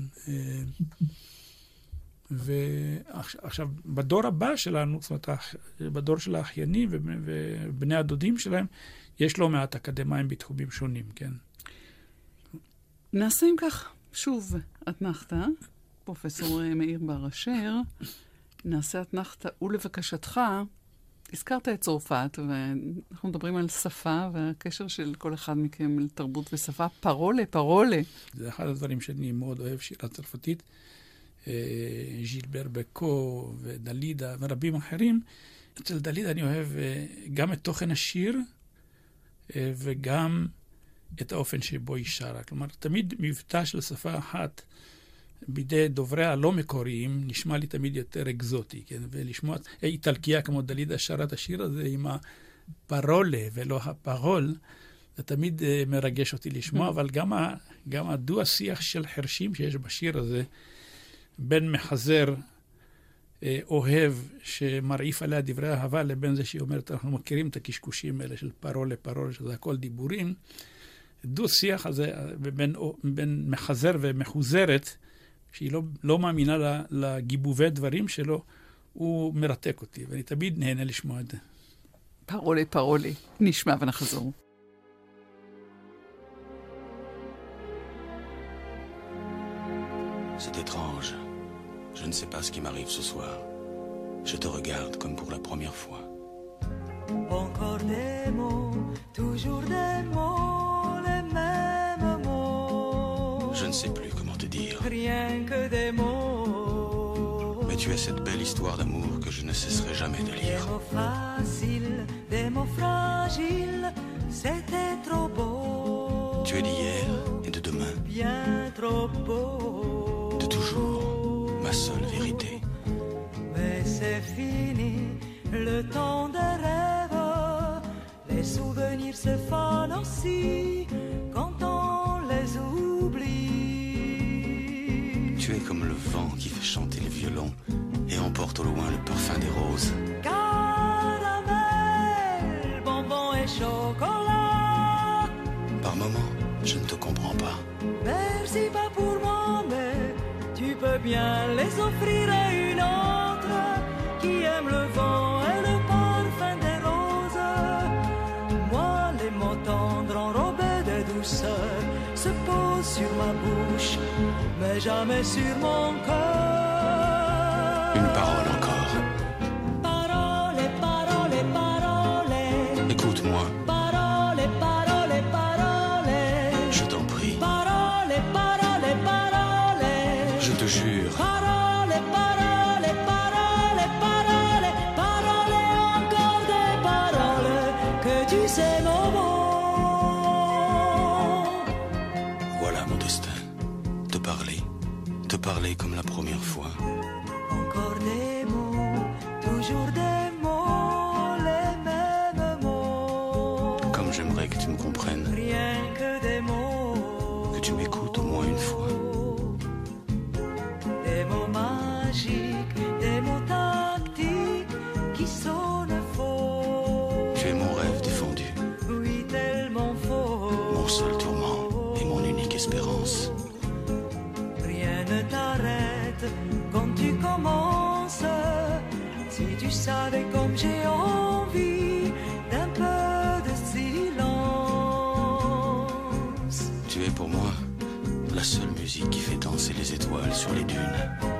S5: ועכשיו, בדור הבא שלנו, זאת אומרת, בדור של האחיינים ובני הדודים שלהם, יש לא מעט אקדמיים בתחומים שונים, כן?
S4: נעשה אם כך, שוב, אתנחתא, פרופסור מאיר בר אשר, נעשה אתנחתא, ולבקשתך, הזכרת את צרפת, ואנחנו מדברים על שפה, והקשר של כל אחד מכם לתרבות ושפה, פרולה.
S5: זה אחד הדברים שאני מאוד אוהב, שירה צרפתית, ז'ילבר בקו ודלידה ורבים אחרים. אצל דלידה אני אוהב גם את תוכן השיר וגם את האופן שבו היא שרה. כלומר, תמיד מבטא של שפה אחת בידי דובריה הלא מקוריים נשמע לי תמיד יותר אקזוטי, כן? ולשמוע איטלקיה כמו דלידה שרה את השיר הזה עם הפרולה ולא הפרול, זה תמיד מרגש אותי לשמוע, אבל גם הדו-השיח של חרשים שיש בשיר הזה, בין מחזר אוהב שמרעיף עליה דברי אהבה, לבין זה שהיא אומרת, אנחנו מכירים את הקשקושים האלה של פרולה, שזה הכל דיבורים. דו-שיח הזה בין מחזר ומחוזרת, שהיא לא מאמינה לגיבובי דברים שלו, הוא מרתק אותי, ואני תמיד נהנה לשמוע את זה.
S4: פרולה. נשמע ונחזור.
S6: C'est étrange. Je ne sais pas ce qui m'arrive ce soir. Je te regarde comme pour la première fois.
S7: Encore des mots, toujours des mots, les mêmes mots.
S6: Je ne sais plus comment te dire.
S7: Rien que des mots.
S6: Mais tu as cette belle histoire d'amour que je ne cesserai jamais de lire.
S7: Des mots faciles, des mots fragiles, c'était trop beau.
S6: Tu es d'hier et de demain.
S7: Bien trop beau.
S6: De toujours, ma seule vérité.
S7: Mais c'est fini, le temps des rêves. Les souvenirs se fanent aussi quand on les oublie.
S6: Tu es comme le vent qui fait chanter les violons et emporte au loin le parfum des roses.
S7: Caramel, bonbon et chocolat.
S6: Par moments, je ne te comprends pas.
S7: Merci pas pour moi, mais tu peux bien les offrir à une autre qui aime le vent et le parfum des roses. Moi, les mots tendres enrobés de douceur se posent sur ma bouche, mais jamais sur mon cœur.
S6: Une parole encore.
S7: Parole, parole, parole.
S6: Écoute-moi,
S7: Parole, parole, parole.
S6: je t'en prie.
S7: Parole, parole, parole.
S6: Je te jure.
S7: Parole, parole, parole, parole. Parole, encore des paroles que tu sais mon mot.
S6: Voilà mon destin. Te parler comme la première fois.
S7: Encore des mots, toujours des mots, les mêmes mots.
S6: Comme j'aimerais que tu me comprennes,
S7: Rien que des mots.
S6: que tu m'écoutes au moins une fois.
S7: Des mots magiques, des mots tactiques qui sonnent faux.
S6: Tu es mon rêve défendu,
S7: Oui, tellement faux.
S6: mon seul tourment et mon unique espérance.
S7: Rien ne t'arrête quand tu commences. Si tu savais comme j'ai envie d'un peu de silence.
S6: Tu es pour moi la seule musique qui fait danser les étoiles sur les dunes.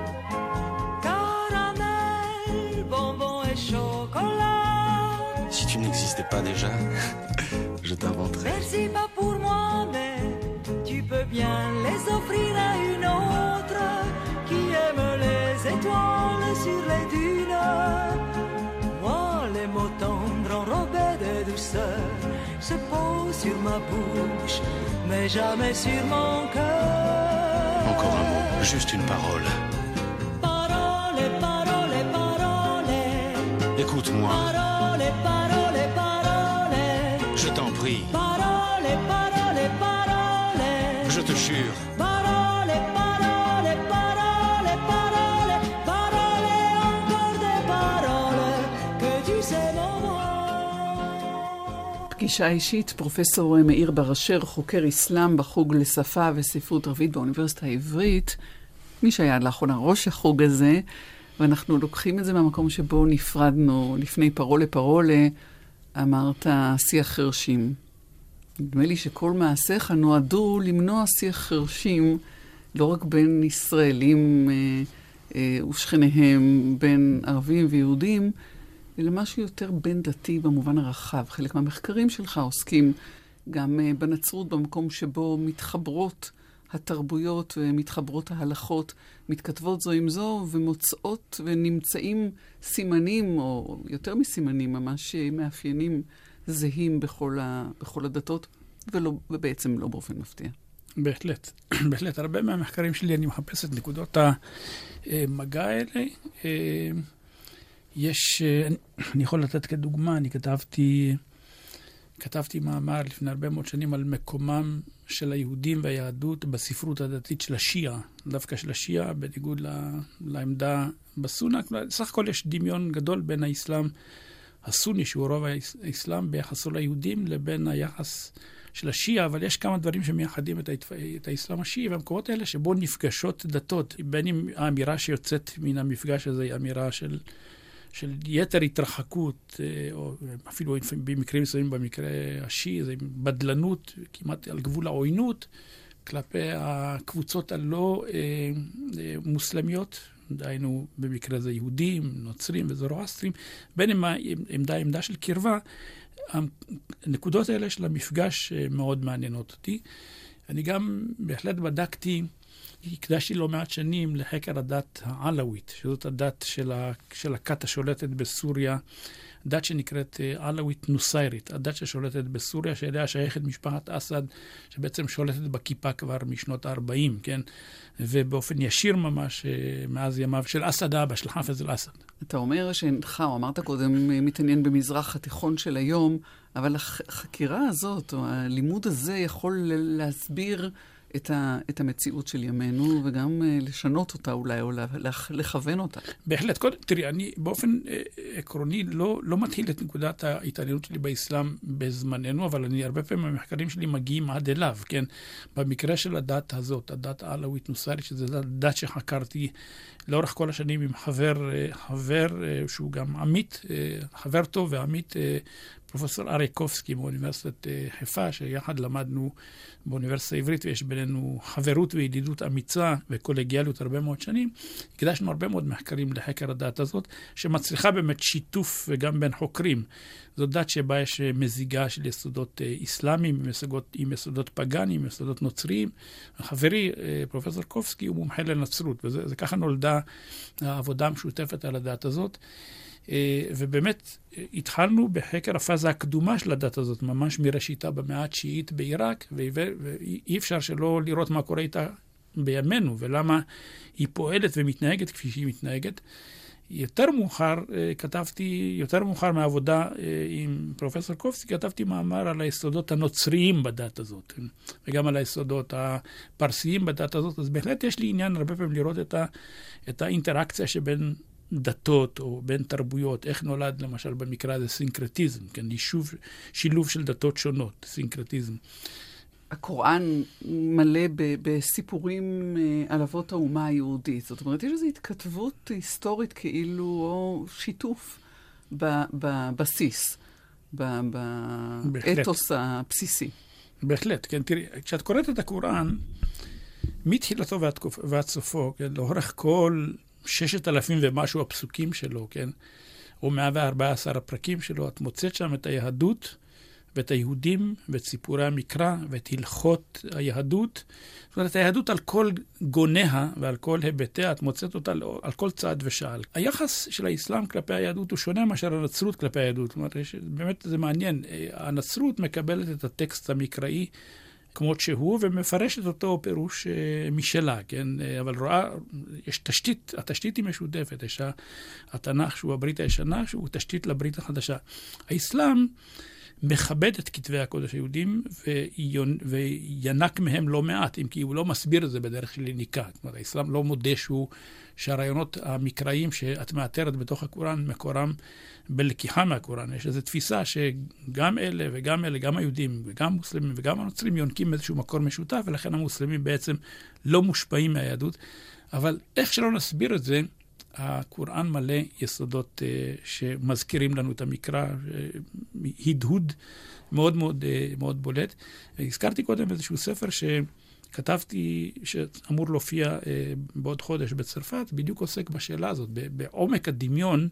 S7: Caramel, bonbon et chocolat.
S6: Si tu n'existais pas déjà, je t'inventerais.
S7: Merci pas pour moi, mais tu peux bien les offrir à une autre qui aime les étoiles sur les dunes. Moi, les mots tendres enrobés de douceur se posent sur ma bouche, mais jamais sur mon cœur.
S6: Encore un mot, juste une parole.
S7: Parole, parole, parole.
S6: Écoute-moi,
S7: Parole, parole, parole.
S6: je t'en prie,
S7: Parole, parole, parole.
S6: je te jure.
S7: Parole, parole, parole, parole. Parole, encore des paroles que tu sais mon mot.
S4: פגישה אישית, פרופסור מאיר בר-אשר, חוקר אסלאם בחוג לשפה וספרות ערבית באוניברסיטה העברית, מי שהיה עד לאחרונה ראש החוג הזה, ואנחנו לוקחים את זה מהמקום שבו נפרדנו לפני פרולה פרולה, אמרת שיח חרשים. נדמה לי שכל מעשיך נועדו למנוע שיח חרשים, לא רק בין ישראלים ושכניהם, בין ערבים ויהודים, אלא משהו יותר בין דתי במובן הרחב. חלק מהמחקרים שלך עוסקים גם בנצרות, במקום שבו מתחברות התרבויות ומתחברות ההלכות, מתכתבות זו עם זו ומוצאות ונמצאים סימנים, או יותר מסימנים, ממש מאפיינים זהים בכל הדתות, ובעצם לא באופן מפתיע.
S5: בהחלט, בהחלט. הרבה מהמחקרים שלי אני מחפש את נקודות המגע האלה. אני יכול לתת כדוגמה, אני כתבתי מאמר לפני הרבה מאוד שנים על מקומם של היהודים והיהדות בספרות הדתית של השיעה, דווקא של השיעה, בניגוד לעמדה בסונה. סך הכל יש דמיון גדול בין האסלאם הסוני, שהוא רוב האסלאם, ביחסו ליהודים, לבין היחס של השיעה, אבל יש כמה דברים שמייחדים את האסלאם השיעי, והמקומות האלה שבו נפגשות דתות, בין אם האמירה שיוצאת מן המפגש הזה היא אמירה של יתר התרחקות, או אפילו במקרים מסוימים במקרה השיעי, זה בדלנות, כמעט על גבול העוינות, כלפי הקבוצות הלא מוסלמיות, דהיינו במקרה זה יהודים, נוצרים וזורואסטרים, בין אם עמדה של קרבה, הנקודות האלה של המפגש מאוד מעניינות אותי. אני גם בהחלט הקדשתי לא מעט שנים לחקר הדת העלווית, שזאת הדת של הכת השולטת בסוריה, דת שנקראת עלווית נוסיירית, הדת ששולטת בסוריה, שאליה שייכת משפחת אסד, שבעצם שולטת בכיפה כבר משנות ה-40, כן? ובאופן ישיר ממש מאז ימיו של אסד אבא, של חאפז אל-אסד.
S4: אתה אומר שאינך, או אמרת קודם, מתעניין במזרח התיכון של היום, אבל החקירה הזאת, או הלימוד הזה, יכול להסביר את המציאות של ימינו, וגם לשנות אותה אולי, או לכוון אותה.
S5: בהחלט. תראי, אני באופן עקרוני לא מתחיל את נקודת ההתעניינות שלי באסלאם בזמננו, אבל אני הרבה פעמים המחקרים שלי מגיעים עד אליו, כן? במקרה של הדת הזאת, הדת העלווית נוסרית, שזה דת שחקרתי לאורך כל השנים עם חבר שהוא גם עמית, חבר טוב ועמית, פרופסור אריקובסקי מאוניברסיטת חיפה, שיחד למדנו באוניברסיטה העברית, ויש בינינו חברות וידידות אמיצה וקולגיאליות הרבה מאוד שנים. הקדשנו הרבה מאוד מחקרים לחקר הדת הזאת, שמצליחה באמת שיתוף וגם בין חוקרים. זו דת שבה יש מזיגה של יסודות איסלאמיים, עם יסודות פגאניים, עם יסודות נוצריים. חברי, פרופסור קובסקי, הוא מומחה לנצרות, וזה ככה נולדה העבודה המשותפת על הדת הזאת. ובאמת התחלנו בחקר הפאזה הקדומה של הדת הזאת, ממש מראשיתה במאה התשיעית בעיראק, ואי אפשר שלא לראות מה קורה איתה בימינו, ולמה היא פועלת ומתנהגת כפי שהיא מתנהגת. יותר מאוחר מהעבודה עם פרופסור קובסקי, כתבתי מאמר על היסודות הנוצריים בדת הזאת, וגם על היסודות הפרסיים בדת הזאת, אז בהחלט יש לי עניין הרבה פעמים לראות את האינטראקציה שבין דתות או בין תרבויות, איך נולד למשל במקרה הזה סינקרטיזם, כן, שילוב של דתות שונות, סינקרטיזם.
S4: הקוראן מלא בסיפורים על אבות האומה היהודית. זאת אומרת, יש איזו התכתבות היסטורית כאילו, או שיתוף בבסיס, באתוס הבסיסי.
S5: בהחלט, כן, תראי, כשאת קוראת את הקוראן, מתחילתו ועד סופו, כן, לאורך כל 6,000 ומשהו הפסוקים שלו, כן, או 114 הפרקים שלו, את מוצאת שם את היהדות, ואת היהודים, ואת סיפורי המקרא, ואת הלכות היהדות. זאת אומרת, היהדות על כל גוניה ועל כל היבטיה, את מוצאת אותה על כל צעד ושעל. היחס של האסלאם כלפי היהדות הוא שונה מאשר הנצרות כלפי היהדות. זאת אומרת, באמת זה מעניין. הנצרות מקבלת את הטקסט המקראי כמות שהוא, ומפרשת אותו פירוש משלה, כן? אבל רואה, יש תשתית, התשתית היא משותפת. יש התנ"ך שהוא הברית הישנה, שהוא תשתית לברית החדשה. האסלאם מכבד את כתבי הקודש היהודים וינק מהם לא מעט, אם כי הוא לא מסביר את זה בדרך של יניקה. זאת אומרת, האסלאם לא מודה שהרעיונות המקראיים שאת מאתרת בתוך הקוראן מקורם בלקיחה מהקוראן. יש איזו תפיסה שגם אלה וגם אלה, גם היהודים וגם המוסלמים וגם הנוצרים יונקים איזשהו מקור משותף, ולכן המוסלמים בעצם לא מושפעים מהיהדות. אבל איך שלא נסביר את זה, הקוראן מלא יסודות שמזכירים לנו את המקרא, הדהוד מאוד מאוד מאוד בולט. הזכרתי קודם איזשהו ספר שכתבתי, שאמור להופיע בעוד חודש בצרפת, בדיוק עוסק בשאלה הזאת, בעומק הדמיון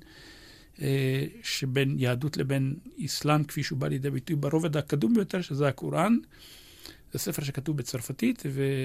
S5: שבין יהדות לבין אסלאם, כפי שהוא בא לידי ביטוי ברובד הקדום ביותר, שזה הקוראן. זה ספר שכתוב בצרפתית,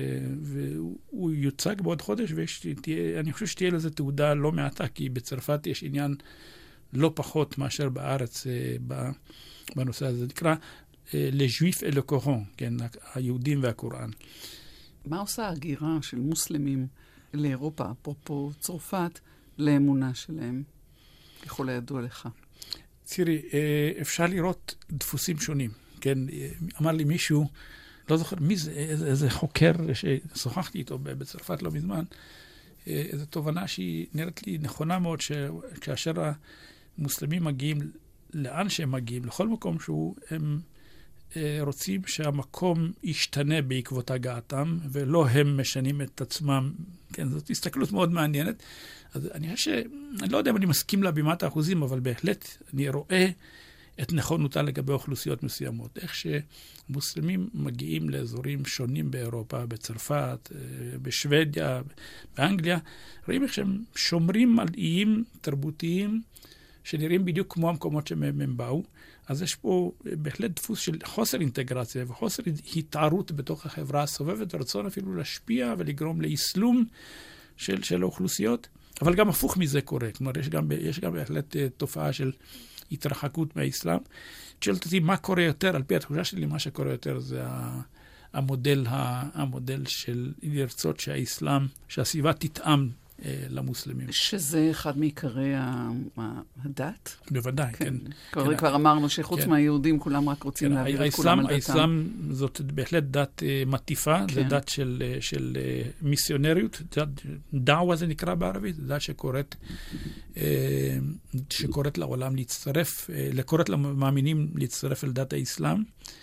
S5: והוא יוצג בעוד חודש, ואני חושב שתהיה לזה תעודה לא מעטה, כי בצרפת יש עניין לא פחות מאשר בארץ בנושא הזה. זה נקרא Les Juifs et le Coran, כן, היהודים והקוראן.
S4: מה עושה הגירה של מוסלמים לאירופה, אפרופו צרפת, לאמונה שלהם, ככל הידוע לך?
S5: תראי, אפשר לראות דפוסים שונים, כן? אמר לי מישהו, לא זוכר מי זה, איזה חוקר ששוחחתי איתו בצרפת לא מזמן, איזו תובנה שהיא נראית לי נכונה מאוד, שכאשר המוסלמים מגיעים לאן שהם מגיעים, לכל מקום הם רוצים שהמקום ישתנה בעקבות הגעתם, ולא הם משנים את עצמם. כן, זאת הסתכלות מאוד מעניינת. אז אני חושב אני לא יודע אם אני מסכים לה במאת האחוזים, אבל בהחלט אני רואה את נכונותה לגבי אוכלוסיות מסוימות. איך שמוסלמים מגיעים לאזורים שונים באירופה, בצרפת, בשוודיה, באנגליה, רואים איך שהם שומרים על איים תרבותיים שנראים בדיוק כמו המקומות שמהם הם באו. אז יש פה בהחלט דפוס של חוסר אינטגרציה וחוסר התערות בתוך החברה הסובבת, ורצון אפילו להשפיע ולגרום לאסלום של האוכלוסיות. אבל גם הפוך מזה קורה. כלומר, יש גם בהחלט תופעה של התרחקות מהאסלאם. שואלת אותי מה קורה יותר, על פי התחושה שלי מה שקורה יותר זה המודל של לרצות שהאסלאם, שהסביבה תטעם למוסלמים.
S4: שזה אחד מעיקרי הדת?
S5: בוודאי, כן.
S4: כבר אמרנו שחוץ מהיהודים כולם רק רוצים להעביר את כולם על דתם.
S5: האסלאם זאת בהחלט דת מטיפה, זה דת של מיסיונריות, דעווה זה נקרא בערבית, דת שקוראת לעולם להצטרף, קוראת למאמינים להצטרף אל דת האסלאם,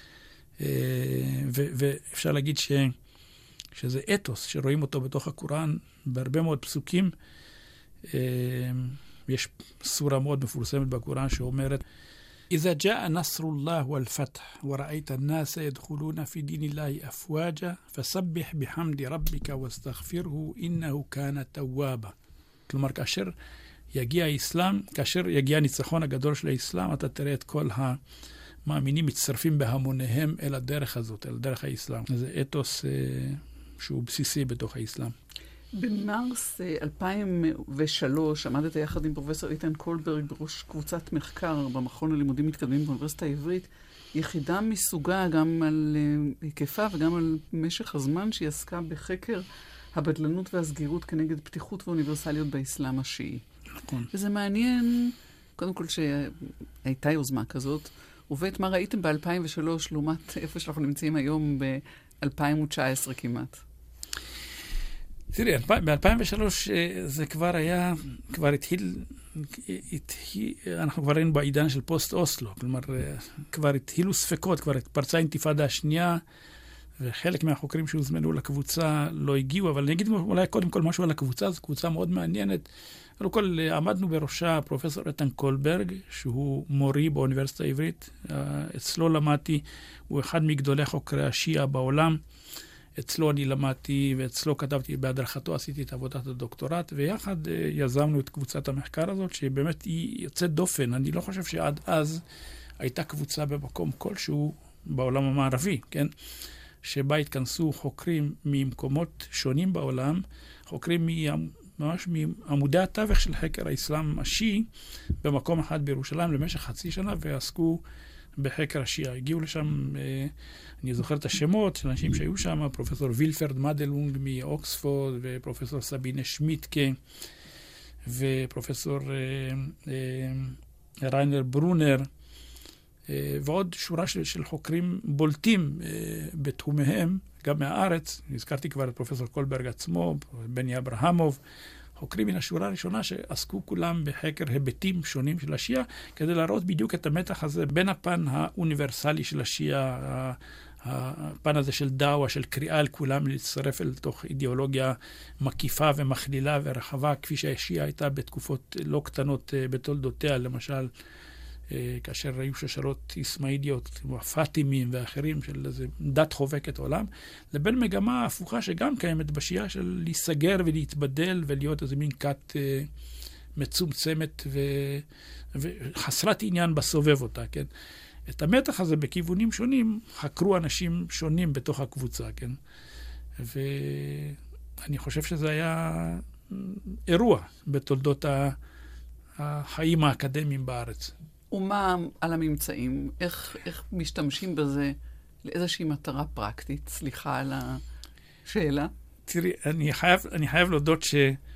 S5: ואפשר להגיד שזה אתוס שרואים אותו בתוך הקוראן, בהרבה מאוד פסוקים. יש סורה מאוד מפורסמת בקוראן שאומרת, إذا جاء نصر الله والفتح ورأيت الناس يدخلون في دين الله أفواجا فسبح بحمد ربك واستغفره إنه كان توابا. כלומר, כאשר יגיע האסלאם, כאשר יגיע הניצחון הגדול של האסלאם, אתה תראה את כל המאמינים מצטרפים בהמוניהם אל הדרך הזאת, אל דרך האסלאם. זה אתוס שהוא בסיסי בתוך האסלאם.
S4: במרס 2003 עמדת יחד עם פרופסור איתן קולברג בראש קבוצת מחקר במכון ללימודים מתקדמים באוניברסיטה העברית, יחידה מסוגה גם על היקפה וגם על משך הזמן שהיא עסקה בחקר הבדלנות והסגירות כנגד פתיחות ואוניברסליות באסלאם השיעי.
S5: נכון.
S4: וזה מעניין, קודם כל שהייתה יוזמה כזאת, ובית מה ראיתם ב-2003 לעומת איפה שאנחנו נמצאים היום ב-2019 כמעט.
S5: תראי, ב-2003 זה כבר היה, אנחנו כבר היינו בעידן של פוסט-אוסלו, כלומר, כבר התחילו ספקות, כבר פרצה האינתיפאדה השנייה, וחלק מהחוקרים שהוזמנו לקבוצה לא הגיעו, אבל אני אגיד אולי קודם כל משהו על הקבוצה, זו קבוצה מאוד מעניינת. קודם כל, עמדנו בראשה פרופסור איתן קולברג, שהוא מורי באוניברסיטה העברית, אצלו למדתי, הוא אחד מגדולי חוקרי השיעה בעולם, אצלו אני למדתי ואצלו כתבתי, בהדרכתו עשיתי את עבודת הדוקטורט, ויחד יזמנו את קבוצת המחקר הזאת, שבאמת היא יוצאת דופן. אני לא חושב שעד אז הייתה קבוצה במקום כלשהו בעולם המערבי, כן? שבה התכנסו חוקרים ממקומות שונים בעולם, חוקרים ממש מעמודי התווך של חקר האסלאם השיעי, במקום אחד בירושלים למשך חצי שנה, ועסקו בחקר השיעה. הגיעו לשם, אני זוכר את השמות של אנשים שהיו שם, פרופסור וילפרד מדלונג מאוקספורד, ופרופסור סבינה שמיטקה, ופרופסור ריינר ברונר, ועוד שורה של חוקרים בולטים בתחומיהם, גם מהארץ. הזכרתי כבר את פרופסור קולברג עצמו, בני אברהמוב, חוקרים מן השורה הראשונה שעסקו כולם בחקר היבטים שונים של השיעה, כדי להראות בדיוק את המתח הזה בין הפן האוניברסלי של השיעה, הפן הזה של דאווה, של קריאה על כולם להצטרף אל תוך אידיאולוגיה מקיפה ומכלילה ורחבה, כפי שהשיעה הייתה בתקופות לא קטנות בתולדותיה, למשל, כאשר היו שושלות אסמאעיליות, כמו הפאטימים ואחרים, של איזה דת חובקת עולם, לבין מגמה הפוכה שגם קיימת בשיעה של להיסגר ולהתבדל ולהיות איזה מין כת מצומצמת וחסרת עניין בסובב אותה, כן? את המתח הזה בכיוונים שונים חקרו אנשים שונים בתוך הקבוצה, כן? ואני חושב שזה היה אירוע בתולדות החיים האקדמיים בארץ.
S4: ומה על הממצאים? איך משתמשים בזה לאיזושהי מטרה פרקטית? סליחה על השאלה.
S5: תראי, אני חייב להודות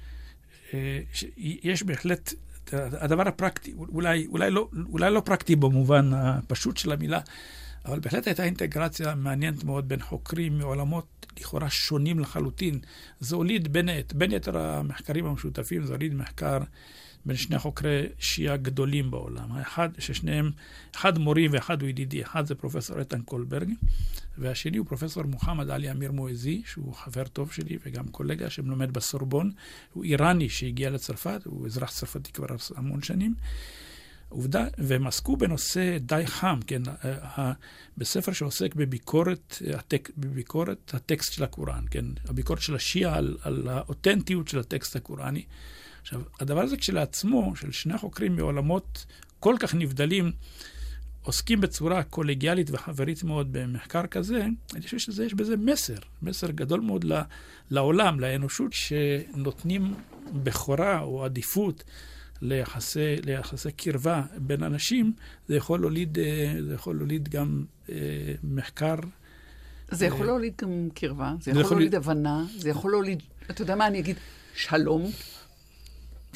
S5: שיש בהחלט, הדבר הפרקטי, אולי לא פרקטי במובן הפשוט של המילה, אבל בהחלט הייתה אינטגרציה מעניינת מאוד בין חוקרים מעולמות לכאורה שונים לחלוטין. זה הוליד בין יתר המחקרים המשותפים, זה הוליד מחקר בין שני חוקרי שיעה גדולים בעולם. אחד מורי ואחד הוא ידידי. אחד זה פרופסור איתן קולברג, והשני הוא פרופסור מוחמד עלי אמיר מואזי, שהוא חבר טוב שלי וגם קולגה שמלומד בסורבון. הוא איראני שהגיע לצרפת, הוא אזרח צרפתי כבר המון שנים. עובדה, והם עסקו בנושא די חם, כן, בספר שעוסק בביקורת הטקסט של הקוראן, כן, הביקורת של השיעה על האותנטיות של הטקסט הקוראני. עכשיו, הדבר הזה כשלעצמו, של שני חוקרים מעולמות כל כך נבדלים, עוסקים בצורה קולגיאלית וחברית מאוד במחקר כזה, אני חושב שיש בזה מסר גדול מאוד לעולם, לאנושות, שנותנים בכורה או עדיפות ליחסי קרבה בין אנשים, זה יכול להוליד גם מחקר.
S4: זה יכול להוליד גם קרבה, זה יכול להוליד הבנה, זה יכול להוליד, אתה יודע מה אני אגיד? שלום.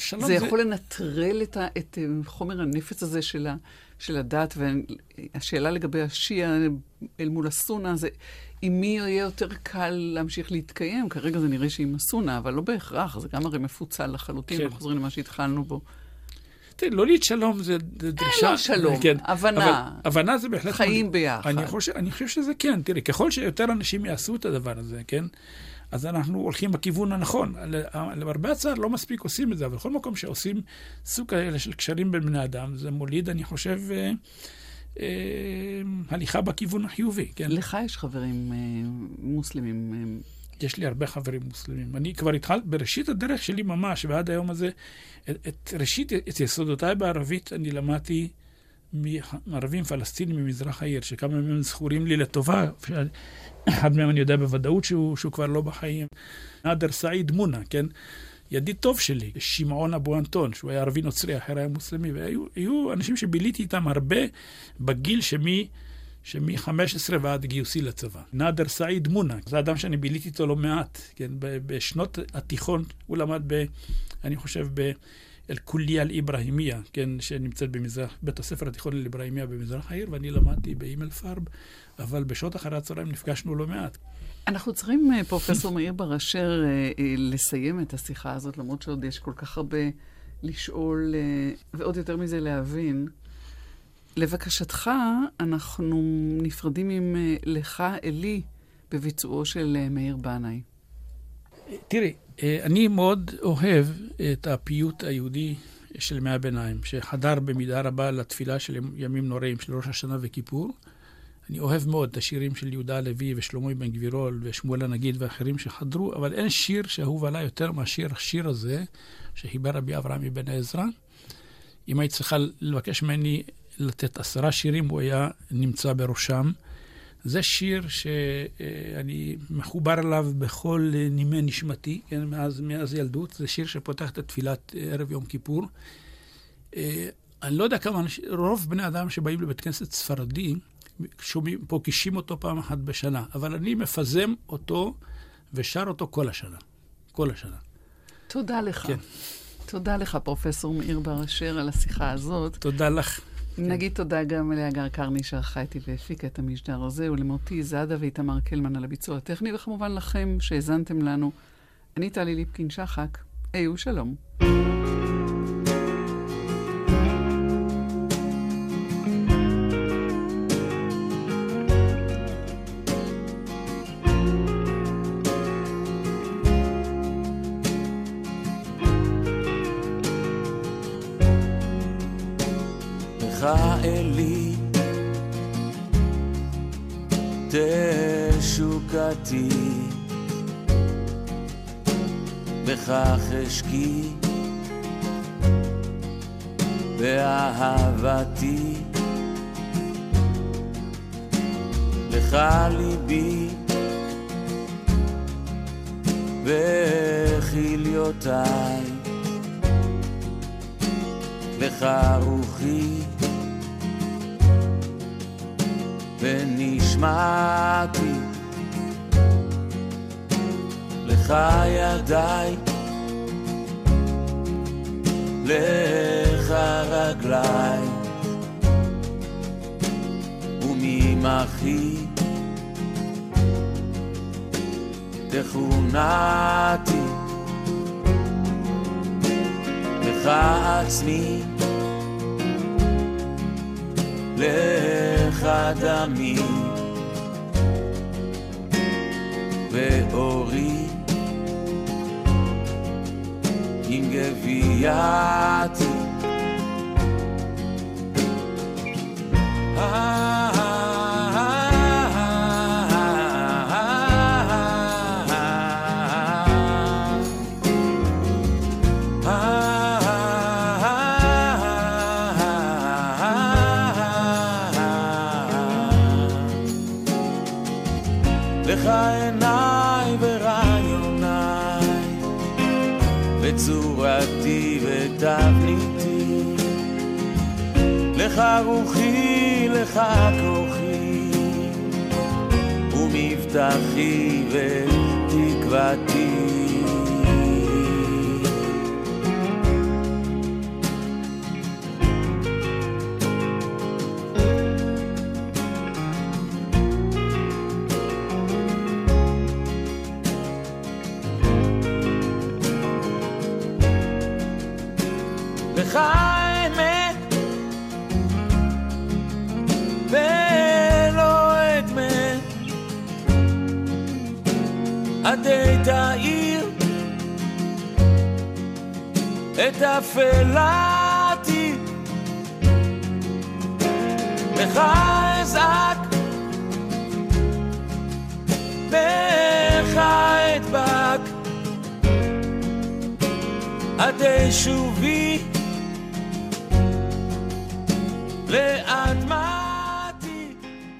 S5: שלום
S4: זה יכול לנטרל את חומר הנפץ הזה של הדת, והשאלה לגבי השיעה אל מול הסונה, זה עם מי יהיה יותר קל להמשיך להתקיים? כרגע זה נראה שעם הסונה, אבל לא בהכרח, זה גם הרי מפוצל לחלוטין,
S5: כן.
S4: אנחנו חוזרים למה שהתחלנו בו.
S5: לא להיות שלום זה דרישה.
S4: לא שלום,
S5: כן.
S4: הבנה.
S5: הבנה זה בהחלט...
S4: חיים ביחד.
S5: אני חושב שזה כן. תראי, ככל שיותר אנשים יעשו את הדבר הזה, כן? אז אנחנו הולכים בכיוון הנכון. למרבה הצער לא מספיק עושים את זה, אבל בכל מקום שעושים סוג כאלה של קשרים בין בני אדם, זה מוליד, אני חושב, הליכה בכיוון החיובי, כן? לך
S4: יש חברים מוסלמים?
S5: יש לי הרבה חברים מוסלמים. אני כבר התחלתי, בראשית הדרך שלי ממש, ועד היום הזה, את יסודותיי בערבית אני למדתי מערבים פלסטינים ממזרח העיר, שכמה מהם זכורים לי לטובה, אחד מהם אני יודע בוודאות שהוא כבר לא בחיים. נאדר סעיד מונה, כן? ידיד טוב שלי, שמעון אבו אנטון, שהוא היה ערבי נוצרי, אחר היה מוסלמי, והיו אנשים שביליתי איתם הרבה בגיל שמ-15 ועד גיוסי לצבא. נאדר סעיד מונה, זה אדם שאני ביליתי איתו לא מעט, כן? בשנות התיכון הוא למד אני חושב אל-כוליה אל-איברהימיה, כן, שנמצאת בית הספר התיכון אל-איברהימיה במזרח העיר, ואני למדתי באימל פרב, אבל בשעות אחרי הצהריים נפגשנו לא מעט.
S4: אנחנו צריכים, פרופסור מאיר בר אשר, לסיים את השיחה הזאת, למרות שעוד יש כל כך הרבה לשאול, ועוד יותר מזה להבין. לבקשתך, אנחנו נפרדים עם לך אלי בביצועו של מאיר בנאי.
S5: תראי, אני מאוד אוהב את הפיוט היהודי של ימי הביניים, שחדר במידה רבה לתפילה של ימים נוראים של ראש השנה וכיפור. אני אוהב מאוד את השירים של יהודה הלוי ושלמה בן גבירול ושמואל הנגיד ואחרים שחדרו, אבל אין שיר שאהוב עליי יותר מהשיר הזה, שחיבר רבי אברהם אבן עזרא. אם היית צריכה לבקש ממני לתת 10 שירים, הוא היה נמצא בראשם. זה שיר שאני מחובר אליו בכל נימי נשמתי, כן, מאז ילדות. זה שיר שפותח את תפילת ערב יום כיפור. אני לא יודע כמה רוב בני אדם שבאים לבית כנסת ספרדי, פוגשים אותו פעם אחת בשנה, אבל אני מפזם אותו ושר אותו כל השנה. כל השנה.
S4: תודה לך.
S5: כן.
S4: תודה לך, פרופסור מאיר בר אשר, על השיחה הזאת.
S5: תודה לך.
S4: נגיד תודה גם להגר קרני שערכה איתי והפיקה את המשדר הזה, ולמותי זאדה ואיתמר קלמן על הביצוע הטכני, וכמובן לכם שהזנתם לנו. אני טלי ליפקין שחק. היו שלום.
S8: אלי תשוקתי בכך אשקי באהבתי לך ליבי וכליותיי לך רוחי ונשמעתי לך ידיי לך רגליי וממחי תכונתי לך עצמי לך דמי ואורי עם גווייתי לך עיניי ורעיוניי וצורתי ותבניתי לך רוחי לך כוחי ומבטחי ותקוותי לך אמת ולא אדמת עדי תאיר את אפלתי לך אזעק לך אדבק עדי שובי